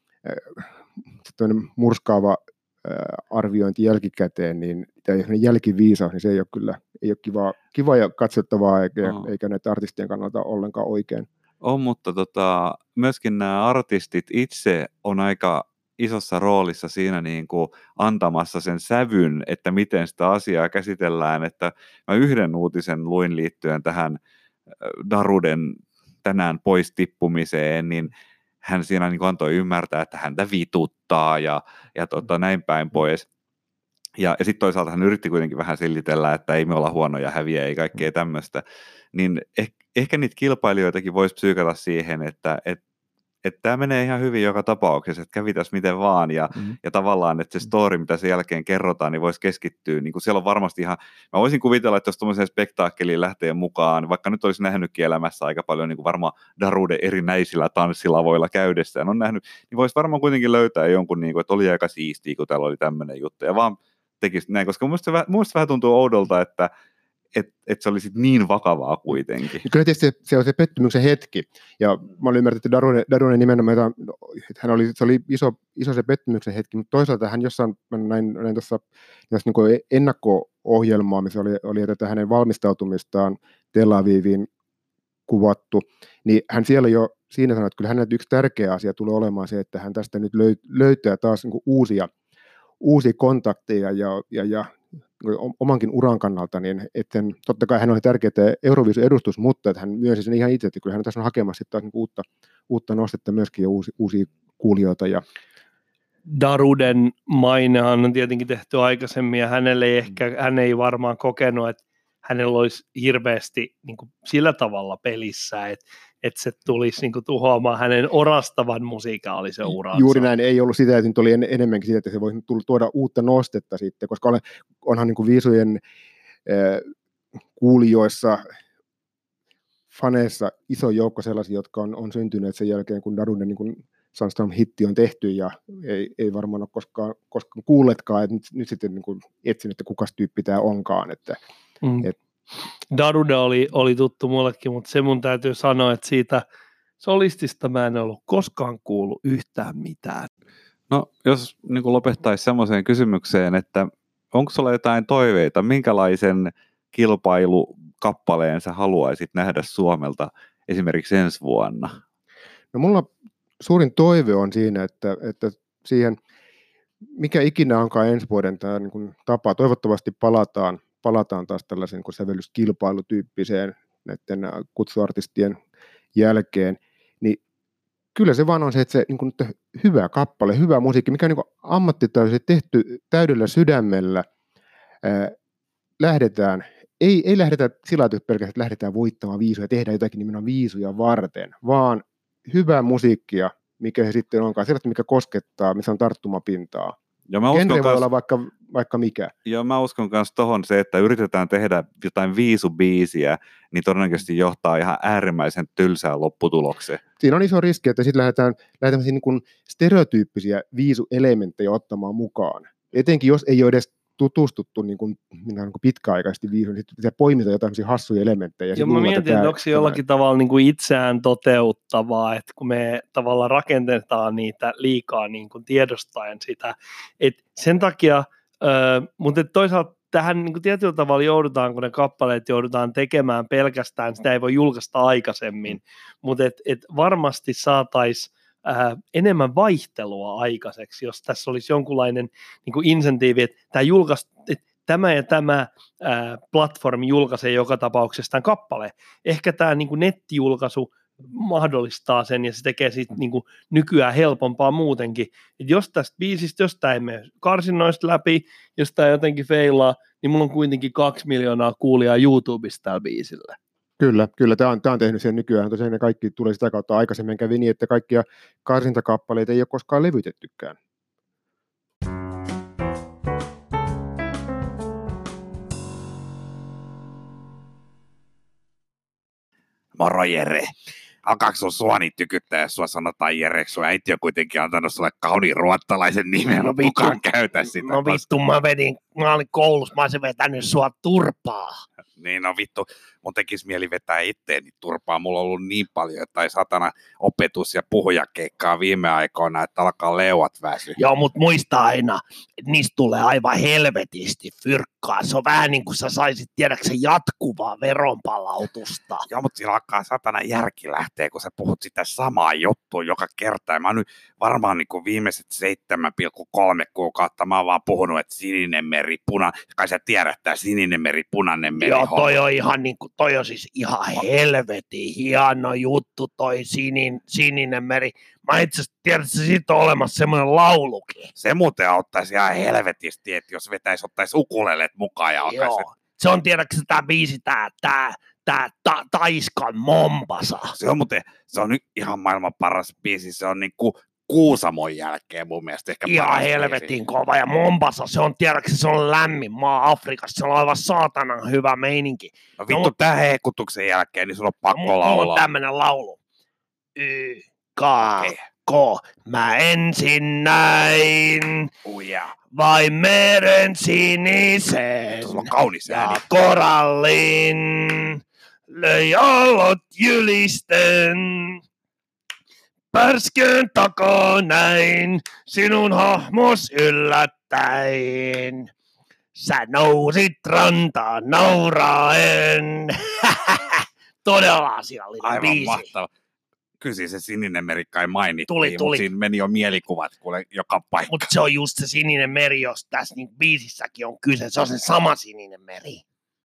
äh, murskaava äh, arviointi jälkikäteen, niin tämä jälkiviisaus, niin se ei ole kyllä ei ole kiva, kiva ja katsottavaa, eikä, oh. eikä näitä artistien kannalta ollenkaan oikein. On, mutta tota, myöskin nämä artistit itse on aika isossa roolissa siinä niin kuin antamassa sen sävyn, että miten sitä asiaa käsitellään, että mä yhden uutisen luin liittyen tähän Daruden tänään pois tippumiseen, niin hän siinä niin kuin antoi ymmärtää, että häntä vituttaa ja, ja tota, näin päin pois. Ja, ja sitten toisaalta hän yritti kuitenkin vähän selitellä, että ei me olla huonoja häviä, ei kaikkea tämmöistä. Niin eh, ehkä niitä kilpailijoitakin voisi psyykata siihen, että et, et tämä menee ihan hyvin joka tapauksessa, että kävitäs miten vaan. Ja, mm-hmm. ja tavallaan, että se story, mitä sen jälkeen kerrotaan, niin voisi keskittyä. Niin kuin siellä on varmasti ihan, mä voisin kuvitella, että jos tuollaiseen spektaakkeliin lähtee mukaan, vaikka nyt olisi nähnytkin elämässä aika paljon niin kuin varmaan Darude erinäisillä tanssilavoilla käydessään on nähnyt, niin voisi varmaan kuitenkin löytää jonkun, niin kuin, että oli aika siistiä, kun täällä oli tämmöinen juttu. Ja vaan tekisi näin, koska mun mielestä, mun mielestä vähän tuntuu oudolta, että et, et se oli sit niin vakavaa kuitenkin. Kyllä tietysti se, se on se pettymyksen hetki, ja mä olin ymmärtänyt, että Darune, Darune nimenomaan, että hän oli, se oli iso, iso se pettymyksen hetki, mutta toisaalta hän jossain, näin, näin tuossa niin ennakko-ohjelmaa, missä oli, oli tätä hänen valmistautumistaan Tel Aviviin kuvattu, niin hän siellä jo siinä sanoi, että kyllä hänelle yksi tärkeä asia tulee olemaan se, että hän tästä nyt löytää taas niin kuin uusia uusia kontakteja ja, ja, ja omankin uran kannalta, niin että totta kai hän oli tärkeää Euroviisun edustus, mutta että hän myönsi sen ihan itse, että kyllä hän tässä on hakemassa taas niin uutta, uutta nostetta myöskin ja uusi, uusia kuulijoita. Ja Daruden mainehan on tietenkin tehty aikaisemmin ja hänelle ei ehkä, hän ei varmaan kokenut, että hänellä olisi hirveästi niin kuin sillä tavalla pelissä, että, että se tulisi niin kuin tuhoamaan hänen orastavan musiikaalisen uransa. Juuri näin, ei ollut sitä, että nyt oli enemmänkin sitä, että se voisi tuoda uutta nostetta sitten, koska onhan niin kuin viisujen äh, kuulijoissa, faneissa iso joukko sellaisia, jotka on, on syntyneet sen jälkeen, kun Darunen niin kuin Sandstorm-hitti on tehty ja ei, ei varmaan ole koskaan, koskaan kuulletkaan, että nyt, nyt sitten niin kuin etsin, että kukas tyyppi tämä onkaan, että Mm. Darude oli, oli tuttu mullekin, mutta se mun täytyy sanoa, että siitä solistista mä en ollut koskaan kuullut yhtään mitään. No, jos niin kuin lopettaisi semmoiseen kysymykseen, että onko sulla jotain toiveita, minkälaisen kilpailukappaleen sä haluaisit nähdä Suomelta esimerkiksi ensi vuonna? No mulla suurin toive on siinä, että, että siihen, mikä ikinä onkaan ensi vuoden tämä niin kuin tapa, toivottavasti palataan palataan taas tällaisen niin sävellyskilpailutyyppiseen näiden kutsuartistien jälkeen, niin kyllä se vaan on se, että se niin kuin, että hyvä kappale, hyvä musiikki, mikä on niin ammattitaisesti tehty täydellä sydämellä, ää, lähdetään, ei, ei lähdetä sillä tavalla pelkästään, että lähdetään voittamaan viisuja, tehdään jotakin nimenomaan viisuja varten, vaan hyvää musiikkia, mikä se sitten onkaan, sellaista, mikä koskettaa, missä on tarttumapintaa. Genre voi olla vaikka, vaikka mikä. Joo, mä uskon myös tohon se, että yritetään tehdä jotain viisubiisiä, niin todennäköisesti johtaa ihan äärimmäisen tylsään lopputulokseen. Siinä on iso riski, että sitten lähdetään, lähdetään niin kuin stereotyyppisiä viisuelementtejä ottamaan mukaan. Etenkin jos ei ole edes tutustuttu niin kuin, niin kuin pitkäaikaisesti viisuun, niin sitten poimita jotain hassuja elementtejä. Joo, mä mietin, että onko se jollakin tavalla niin kuin itseään toteuttavaa, että kun me tavallaan rakentetaan niitä liikaa niin kuin tiedostaen sitä, että sen takia, äh, mutta toisaalta tähän niin kuin tietyllä tavalla joudutaan, kun ne kappaleet joudutaan tekemään pelkästään, sitä ei voi julkaista aikaisemmin, mutta et, et varmasti saataisiin äh, enemmän vaihtelua aikaiseksi, jos tässä olisi jonkunlainen niin kuin insentiivi, että tämä julkaisi, tämä ja tämä ää, platformi julkaisee joka tapauksessa tämän kappaleen. Ehkä tämä niin kuin nettijulkaisu mahdollistaa sen ja se tekee siitä niin kuin nykyään helpompaa muutenkin. Et jos tästä biisistä, jos tämä ei mene karsinnoista läpi, jos tämä jotenkin feilaa, niin mulla on kuitenkin kaksi miljoonaa kuulijaa YouTubesta tällä biisillä. Kyllä, kyllä. Tämä on, tämä on tehnyt sen nykyään. Tosiaan ne kaikki tulee sitä kautta. Aikaisemmin kävi niin, että kaikkia karsintakappaleita ei ole koskaan levytettykään. Moro Jere. Alkaako sun suoni tykyttää, jos sua sanotaan Jereksi? Sun äiti on kuitenkin antanut sulle kauniin ruottalaisen nimen, no kukaan käytä sitä. No vittu, mä vedin, mä olin koulussa, mä olisin vetänyt sua turpaa. Niin no vittu, mun tekisi mieli vetää itteeni turpaa. Mulla on ollut niin paljon, että ei satana opetus- ja puhujakeikkaa viime aikoina, että alkaa leuat väsyä. Joo, mutta muista aina, että niistä tulee aivan helvetisti fyrkkaa. Se on vähän niin kuin sä saisit tiedäksä jatkuvaa veronpalautusta. Joo, mutta sillä alkaa satana järki lähteä, kun sä puhut sitä samaa juttua joka kerta. Ja mä oon nyt varmaan niin kuin viimeiset seitsemän pilkku kolme kuukautta, mä oon vaan puhunut, että sininen meri, puna, kai sä tiedät, tää sininen meri, punainen meri. Joo, toi on ihan niin kuin, toi on siis ihan helvetin hieno juttu, toi sinin, sininen meri. Mä itse asiassa tiedän, että siitä on olemassa semmoinen laulukin. Se muuten auttaisi ihan helvetisti, että jos vetäisi, ottaisi ukulelet mukaan ja alkaisi. Joo, se on tiedätkö tää biisi, tää, tää, tää ta, Taiskan Mombasa. Se on muuten, se on nyt ihan maailman paras biisi, se on niin kuin Kuusamon jälkeen mun mielestä ehkä ihan paras helvetin biisi. kova, ja Mombasa, se on tiedätkö, se on lämmin maa Afrikassa, se on aivan saatanan hyvä meininki. No vittu, no, tähän hekutuksen jälkeen, niin sun on pakko mulla laulaa. on tämmönen laulu. Y, ka, ko, mä ensin näin, Uja. vai meren sinisen, Sulla on kaunis ja ääni. korallin, löi aallot jylisten. Pärskön takaa näin, sinun hahmos yllättäen. Sä nousit rantaan nauraen. Todella asiallinen Aivan biisi. mahtava. Kyllä siis se sininen meri kai mainittiin, Tuli, mutta tuli. siinä meni jo mielikuvat kuule joka paikka. Mutta se on just se sininen meri, jos tässä niin biisissäkin on kyse. Se on se sama sininen meri.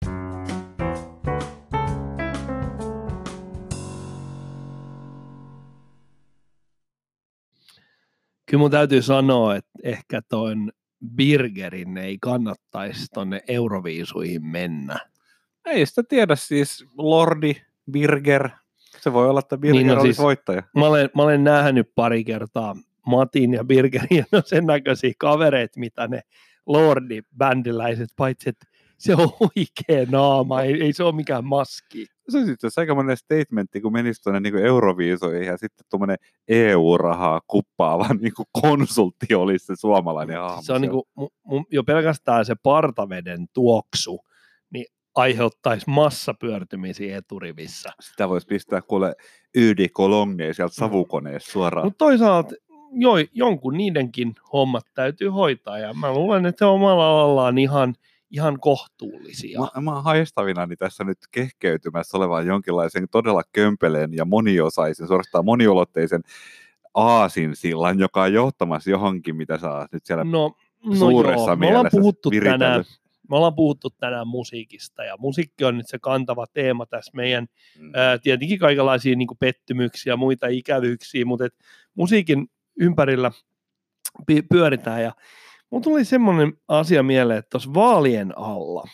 Kyllä mun täytyy sanoa, että ehkä ton Birgerin ei kannattaisi tonne Euroviisuihin mennä. Ei sitä tiedä siis, Lordi, Birger, se voi olla, että Birger Niin, no olisi siis- voittaja. Mä olen, mä olen nähnyt pari kertaa Matin ja Birgerin, ja ne on sen näköisiä kavereita, mitä ne Lordi-bändiläiset, paitsi että se on huikea naama, ei, ei se ole mikään maski. Se on sitten aikamoinen statementti, kun menisi tuonne niin Euroviisoihin ja sitten tuommoinen E U-rahaa kuppaava niin konsultti olisi se suomalainen hahmo. Se on niin kuin, mu, mu, jo pelkästään se partaveden tuoksu, niin aiheuttaisi massapyörtymisiä eturivissä. Sitä voisi pistää kuule Ydi Kolongeen sieltä savukoneessa suoraan. Mutta toisaalta jo, jonkun niidenkin hommat täytyy hoitaa, ja mä luulen, että se on omalla alallaan ihan, ihan kohtuullisia. Mä, mä oon haistavinani tässä nyt kehkeytymässä olevan jonkinlaisen todella kömpeleen ja moniosaisen, suorastaan moniulotteisen aasinsillan, joka on johtamassa johonkin, mitä sä oot nyt siellä No, no suuressa joo, me ollaan mielessä puhuttu viritellyt. tänään, me ollaan puhuttu tänään musiikista, ja musiikki on nyt se kantava teema tässä meidän, Mm. ää, tietenkin kaikenlaisia niin kuin pettymyksiä ja muita ikävyyksiä, mutta et musiikin ympärillä pi- pyöritään, ja mun tuli semmoinen asia mieleen, että tuossa vaalien alla,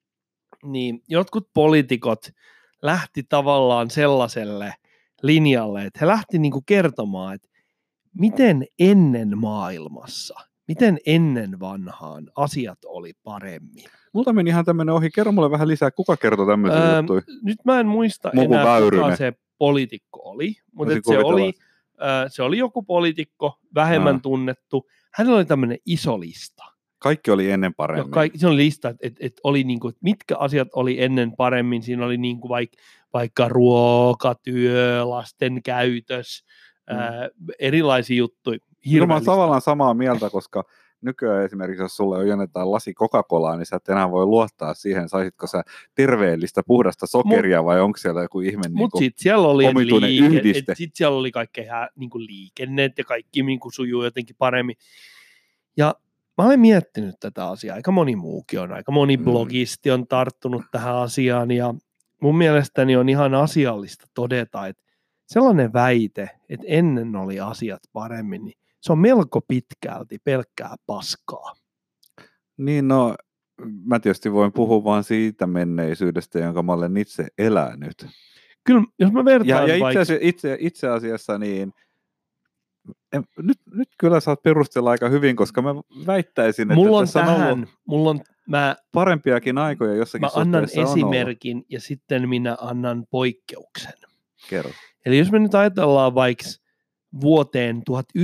niin jotkut poliitikot lähti tavallaan sellaiselle linjalle, että he lähti niin kuin kertomaan, että miten ennen maailmassa, miten ennen vanhaan asiat oli paremmin. Multa meni ihan tämmöinen ohi. Kerro mulle vähän lisää, kuka kertoi tämmöisiä Öö, juttuja? Nyt mä en muista Muku enää, Väyrynen. kuka se poliitikko oli, mutta Voisin et se, kuvitella. oli, ö, se oli joku poliitikko, vähemmän Aa. tunnettu. Hänellä oli tämmöinen iso lista. Kaikki oli ennen Jo, paremmin. kaikki, se on lista, että et, et oli niinku, et mitkä asiat oli ennen paremmin. Siinä oli niinku vaik, vaikka ruokatyö, lasten käytös, Mm. ää, erilaisia juttuja. Kyllä mä Hirveä oon lista. tavallaan samaa mieltä, koska nykyään esimerkiksi, jos sulle on jotain lasi Coca-Colaa, niin sä et enää voi luottaa siihen, saisitko sä terveellistä puhdasta sokeria mut, vai onko siellä joku ihme mut niinku sit siellä oli omituinen liike, yhdiste. Et sit siellä oli kaikkea niinku liikennet ja kaikki niinku sujuu jotenkin paremmin. Ja mä olen miettinyt tätä asiaa, aika moni muukin on, aika moni Mm. blogisti on tarttunut tähän asiaan ja mun mielestäni on ihan asiallista todeta, että sellainen väite, että ennen oli asiat paremmin, niin se on melko pitkälti pelkkää paskaa. Niin no, mä tietysti voin puhua vaan siitä menneisyydestä, jonka mä olen itse elänyt. Kyllä, jos mä vertaan Ja, ja itse, vaikka... asiassa, itse, itse asiassa niin, en, nyt, nyt kyllä saat perustella aika hyvin, koska mä väittäisin, että mulla on tässä on tähän, ollut mulla on, mä, parempiakin aikoja jossakin mä annan suhteessa on ollut. esimerkin ja sitten minä annan poikkeuksen. Kerro. Eli jos me nyt ajatellaan vaikka vuoteen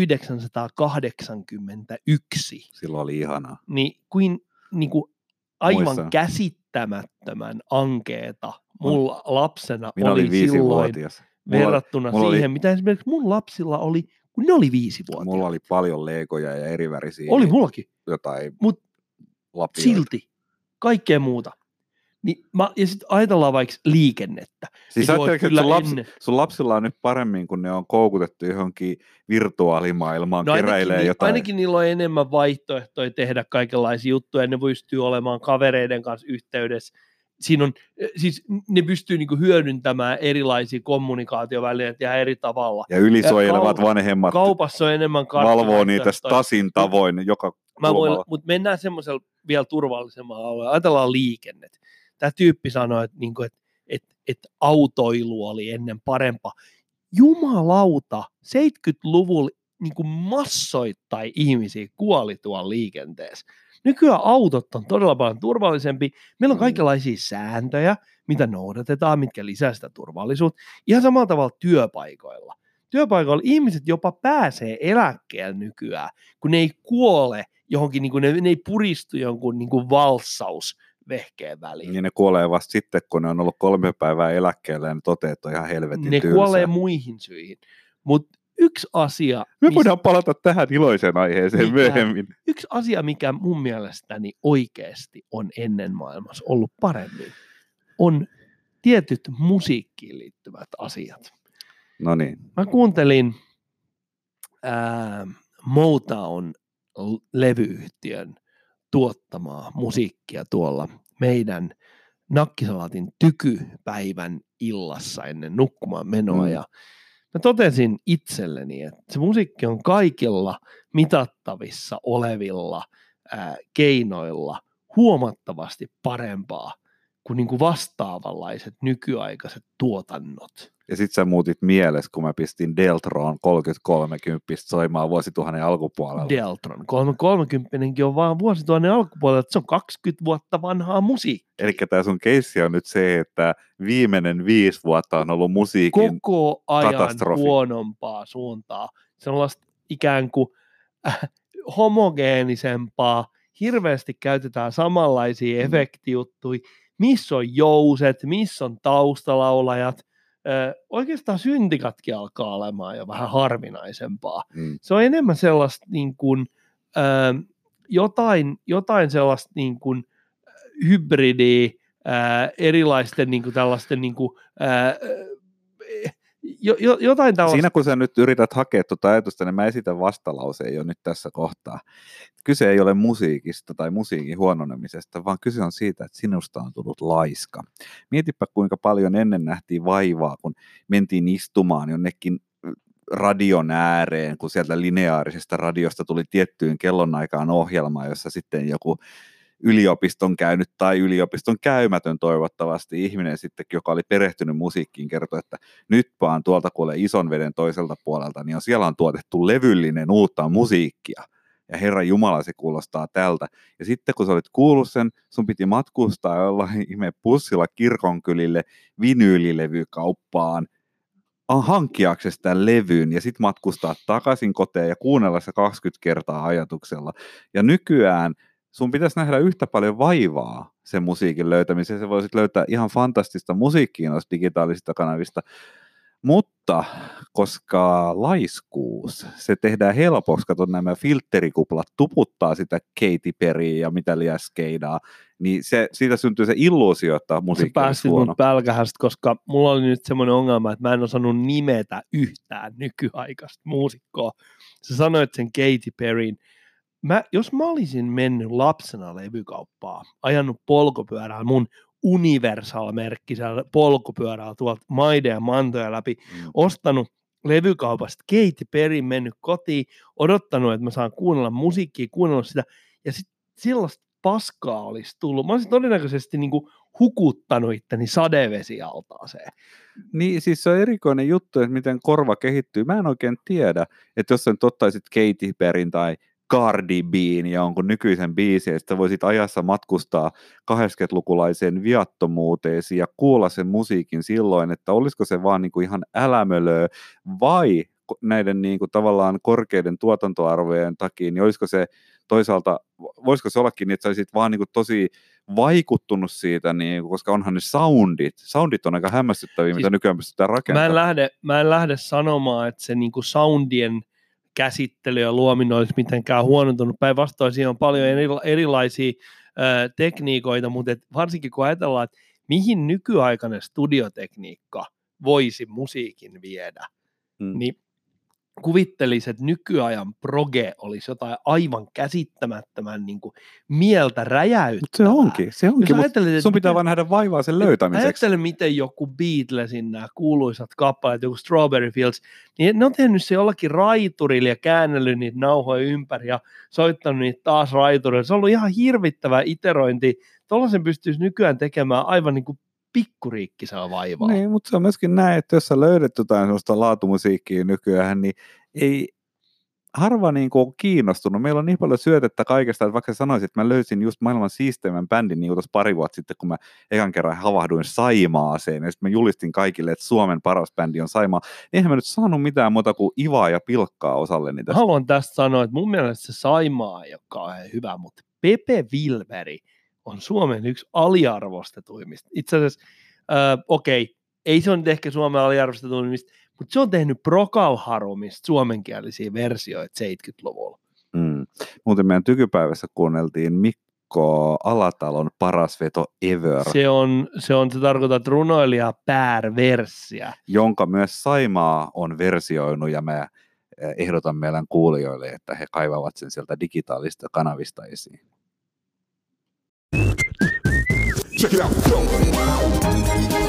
tuhatyhdeksänsataakahdeksankymmentäyksi, Silloin oli ihanaa. niin kuin, niin kuin aivan Muistan. käsittämättömän ankeeta mulla lapsena Minä oli olin silloin viisivuotias. Mulla, verrattuna mulla siihen, oli, mitä esimerkiksi mun lapsilla oli, kun ne oli viisivuotiaat. mulla oli paljon legoja ja erivärisiä Oli mullakin, jotain mut lapioita. silti kaikkea muuta. Niin mä, ja sitten ajatellaan vaikka liikennettä. Siis Et joo, ajatteletko, että kyllä sun, lapsi, ennen- sun lapsilla on nyt paremmin, kun ne on koukutettu johonkin virtuaalimaailmaan, No keräilee ainakin, jotain. ainakin niillä on enemmän vaihtoehtoja tehdä kaikenlaisia juttuja, ne pystyy olemaan kavereiden kanssa yhteydessä. Siinä on, siis ne pystyy niinku hyödyntämään erilaisia kommunikaatiovälineitä ja eri tavalla. Ja ylisuojelevat Kau- vanhemmat Kaupassa on enemmän valvoo niitä karttivaihtoehtoja. Stasin tavoin joka Mä voin, kulmalla. mutta mennään semmoisella vielä turvallisemmalla alueella. Ajatellaan liikennet. Tämä tyyppi sanoi, että, niinku, että, että, että autoilu oli ennen parempaa. Jumalauta, seitsemänkymmentäluvulla niinku massoittain ihmisiä kuoli tuolla liikenteessä. Nykyään autot on todella paljon turvallisempi. Meillä on Mm. kaikenlaisia sääntöjä, mitä noudatetaan, mitkä lisää sitä turvallisuutta. Ihan samalla tavalla työpaikoilla. Työpaikoilla ihmiset jopa pääsee eläkkeelle nykyään, kun ne ei kuole johonkin, niin kuin ne, ne ei puristu jonkun niin kuin valssausvehkeen väliin. Niin ne kuolee vasta sitten, kun ne on ollut kolme päivää eläkkeellä ja ne toteaa, että on ihan helvetin Ne tylsää. kuolee muihin syihin. Mutta yksi asia, Me mis- voidaan palata tähän iloiseen aiheeseen Mikä? myöhemmin. yksi asia, mikä mun mielestäni oikeasti on ennen maailmassa ollut paremmin, on tietyt musiikkiin liittyvät asiat. No niin. Mä kuuntelin ää, Motown-levyyhtiön tuottamaa musiikkia tuolla meidän Nakkisalaatin tykypäivän illassa ennen nukkumaan menoa. Mm. Ja mä totesin itselleni, että se musiikki on kaikilla mitattavissa olevilla ää, keinoilla huomattavasti parempaa kuin, niin kuin vastaavanlaiset nykyaikaiset tuotannot. Ja sit sä muutit mielessä, kun mä pistin Deltron kolmekymmentä soimaan vuosituhannen alkupuolella. Deltron. kolmekymmentäkin on vaan vuosituhannen alkupuolella, että se on kaksikymmentä vuotta vanhaa musiikkia. Eli tää sun keissi on nyt se, että viimeinen viisi vuotta on ollut musiikin. Koko ajan katastrofi. huonompaa suuntaa. Sellaista ikään kuin äh, homogeenisempaa. Hirveästi käytetään samanlaisia Mm. efektijuttuja. Missä on jouset, missä on taustalaulajat. Ö, oikeastaan syntikatkin alkaa olemaan jo vähän harvinaisempaa. Mm. Se on enemmän sellaista niin kuin, ö, jotain, jotain sellaista niin kuin hybridiä ö, erilaisten niin kuin tällaisten niin kuin, ö, jo, jo, jotain tällaista. Siinä kun sä nyt yrität hakea tuota ajatusta, niin mä esitän vastalauseen jo nyt tässä kohtaa. Kyse ei ole musiikista tai musiikin huononemisesta, vaan kyse on siitä, että sinusta on tullut laiska. Mietipä, kuinka paljon ennen nähtiin vaivaa, kun mentiin istumaan jonnekin radion ääreen, kun sieltä lineaarisesta radiosta tuli tiettyyn kellonaikaan ohjelma, jossa sitten joku yliopiston käynyt tai yliopiston käymätön toivottavasti ihminen sitten, joka oli perehtynyt musiikkiin, kertoi, että nyt vaan tuolta kuulee ison veden toiselta puolelta, niin on, siellä on tuotettu levyllinen uutta musiikkia. Ja Herra Jumala, se kuulostaa tältä. Ja sitten kun sä olit kuullut sen, sun piti matkustaa jollain ihme pussilla kirkonkylille vinyylilevykauppaan, hankkiaksesi tämän levyyn ja sitten matkustaa takaisin koteen ja kuunnella se kaksikymmentä kertaa ajatuksella. Ja nykyään sun pitäisi nähdä yhtä paljon vaivaa sen musiikin löytämiseen. Se voisit löytää ihan fantastista musiikkia noista digitaalisista kanavista. Mutta koska laiskuus, se tehdään helpoksi, kato nämä filtterikuplat tuputtaa sitä Katy Perryä ja mitä liian skeidaa, niin se, siitä syntyy se illuusio, että musiikki Sä olisi päästit huono. mut pälkähästä, koska mulla oli nyt semmoinen ongelma, että mä en osannut nimetä yhtään nykyaikaista muusikkoa. Sä sanoit sen Katy Perryn. Mä, jos mä olisin mennyt lapsena levykauppaan, ajanut polkupyörällä mun Universal-merkkisellä polkupyörällä tuolta maiden ja mantoja läpi, mm. ostanut levykaupasta Katy Perryn, mennyt kotiin, odottanut, että mä saan kuunnella musiikkia, kuunnella sitä, ja sitten sellaista paskaa olisi tullut. Mä olisin todennäköisesti niinku hukuttanut itteni sadevesialtaaseen. Niin, siis se on erikoinen juttu, että miten korva kehittyy. Mä en oikein tiedä, että jos sä nyt ottaisit Katy Perryn tai Cardi B:n ja jonkun nykyisen biisin, että voisit ajassa matkustaa kahdeksankymmentälukulaiseen viattomuuteesi ja kuulla sen musiikin silloin, että olisiko se vaan niin kuin ihan älämölöä vai näiden niin kuin tavallaan korkeiden tuotantoarvojen takia, niin olisiko se toisaalta, voisiko se ollakin niin, että sä olisit vaan niin kuin tosi vaikuttunut siitä, niin, koska onhan ne soundit, soundit on aika hämmästyttäviä, siis mitä nykyään pystytään rakentamaan. Mä en lähde, mä en lähde sanomaan, että se niin kuin soundien käsittely ja luominen olisi mitenkään huonontunut. Päinvastoin siinä on paljon erilaisia ö, tekniikoita, mutta et varsinkin kun ajatellaan, että mihin nykyaikainen studiotekniikka voisi musiikin viedä, hmm. niin kuvittelisi, että nykyajan proge olisi jotain aivan käsittämättömän niin kuin mieltä räjäyttävää. Mutta se onkin, se onkin, mutta sun pitää vaan nähdä vaivaa sen löytämiseksi. Ajattele, miten joku Beatlesin nämä kuuluisat kappaleet, joku Strawberry Fields, niin ne on tehnyt se jollakin raiturilla ja käännellyt niitä nauhoja ympäri ja soittanut niitä taas raiturilla. Se on ollut ihan hirvittävä iterointi. Tuollaisen pystyisi nykyään tekemään aivan niin kuin pikkuriikkisellä vaivaa. Niin, mutta se on myöskin näin, että jos sä löydät jotain sellaista laatumusiikkia nykyään, niin ei harva niin kuin on kiinnostunut. Meillä on niin paljon syötettä kaikesta, että vaikka sanoisin, että mä löysin just maailman siisteimmän bändin niin tuossa pari vuotta sitten, kun mä ekan kerran havahduin Saimaaseen, ja sitten mä julistin kaikille, että Suomen paras bändi on Saimaa, niin eihän mä nyt saanut mitään muuta kuin Ivaa ja Pilkkaa osalleni tästä. Haluan tästä sanoa, että mun mielestä se Saimaa, joka on hyvä, mutta Pepe Wilveri on Suomen yksi aliarvostetuimmista. Itse asiassa, äh, okei, okay, ei se on ehkä Suomen aliarvostetuimmista, mutta se on tehnyt Procol Harumista suomenkielisiä versioita seitsemänkymmentäluvulla. Mm. Muuten meidän tykypäivässä kuunneltiin Mikko Alatalon Paras veto ever. Se on, se on se tarkoittaa runoilija per versia. Jonka myös Saimaa on versioinut, ja mä ehdotan meidän kuulijoille, että he kaivavat sen sieltä digitaalista kanavista esiin. Check it out.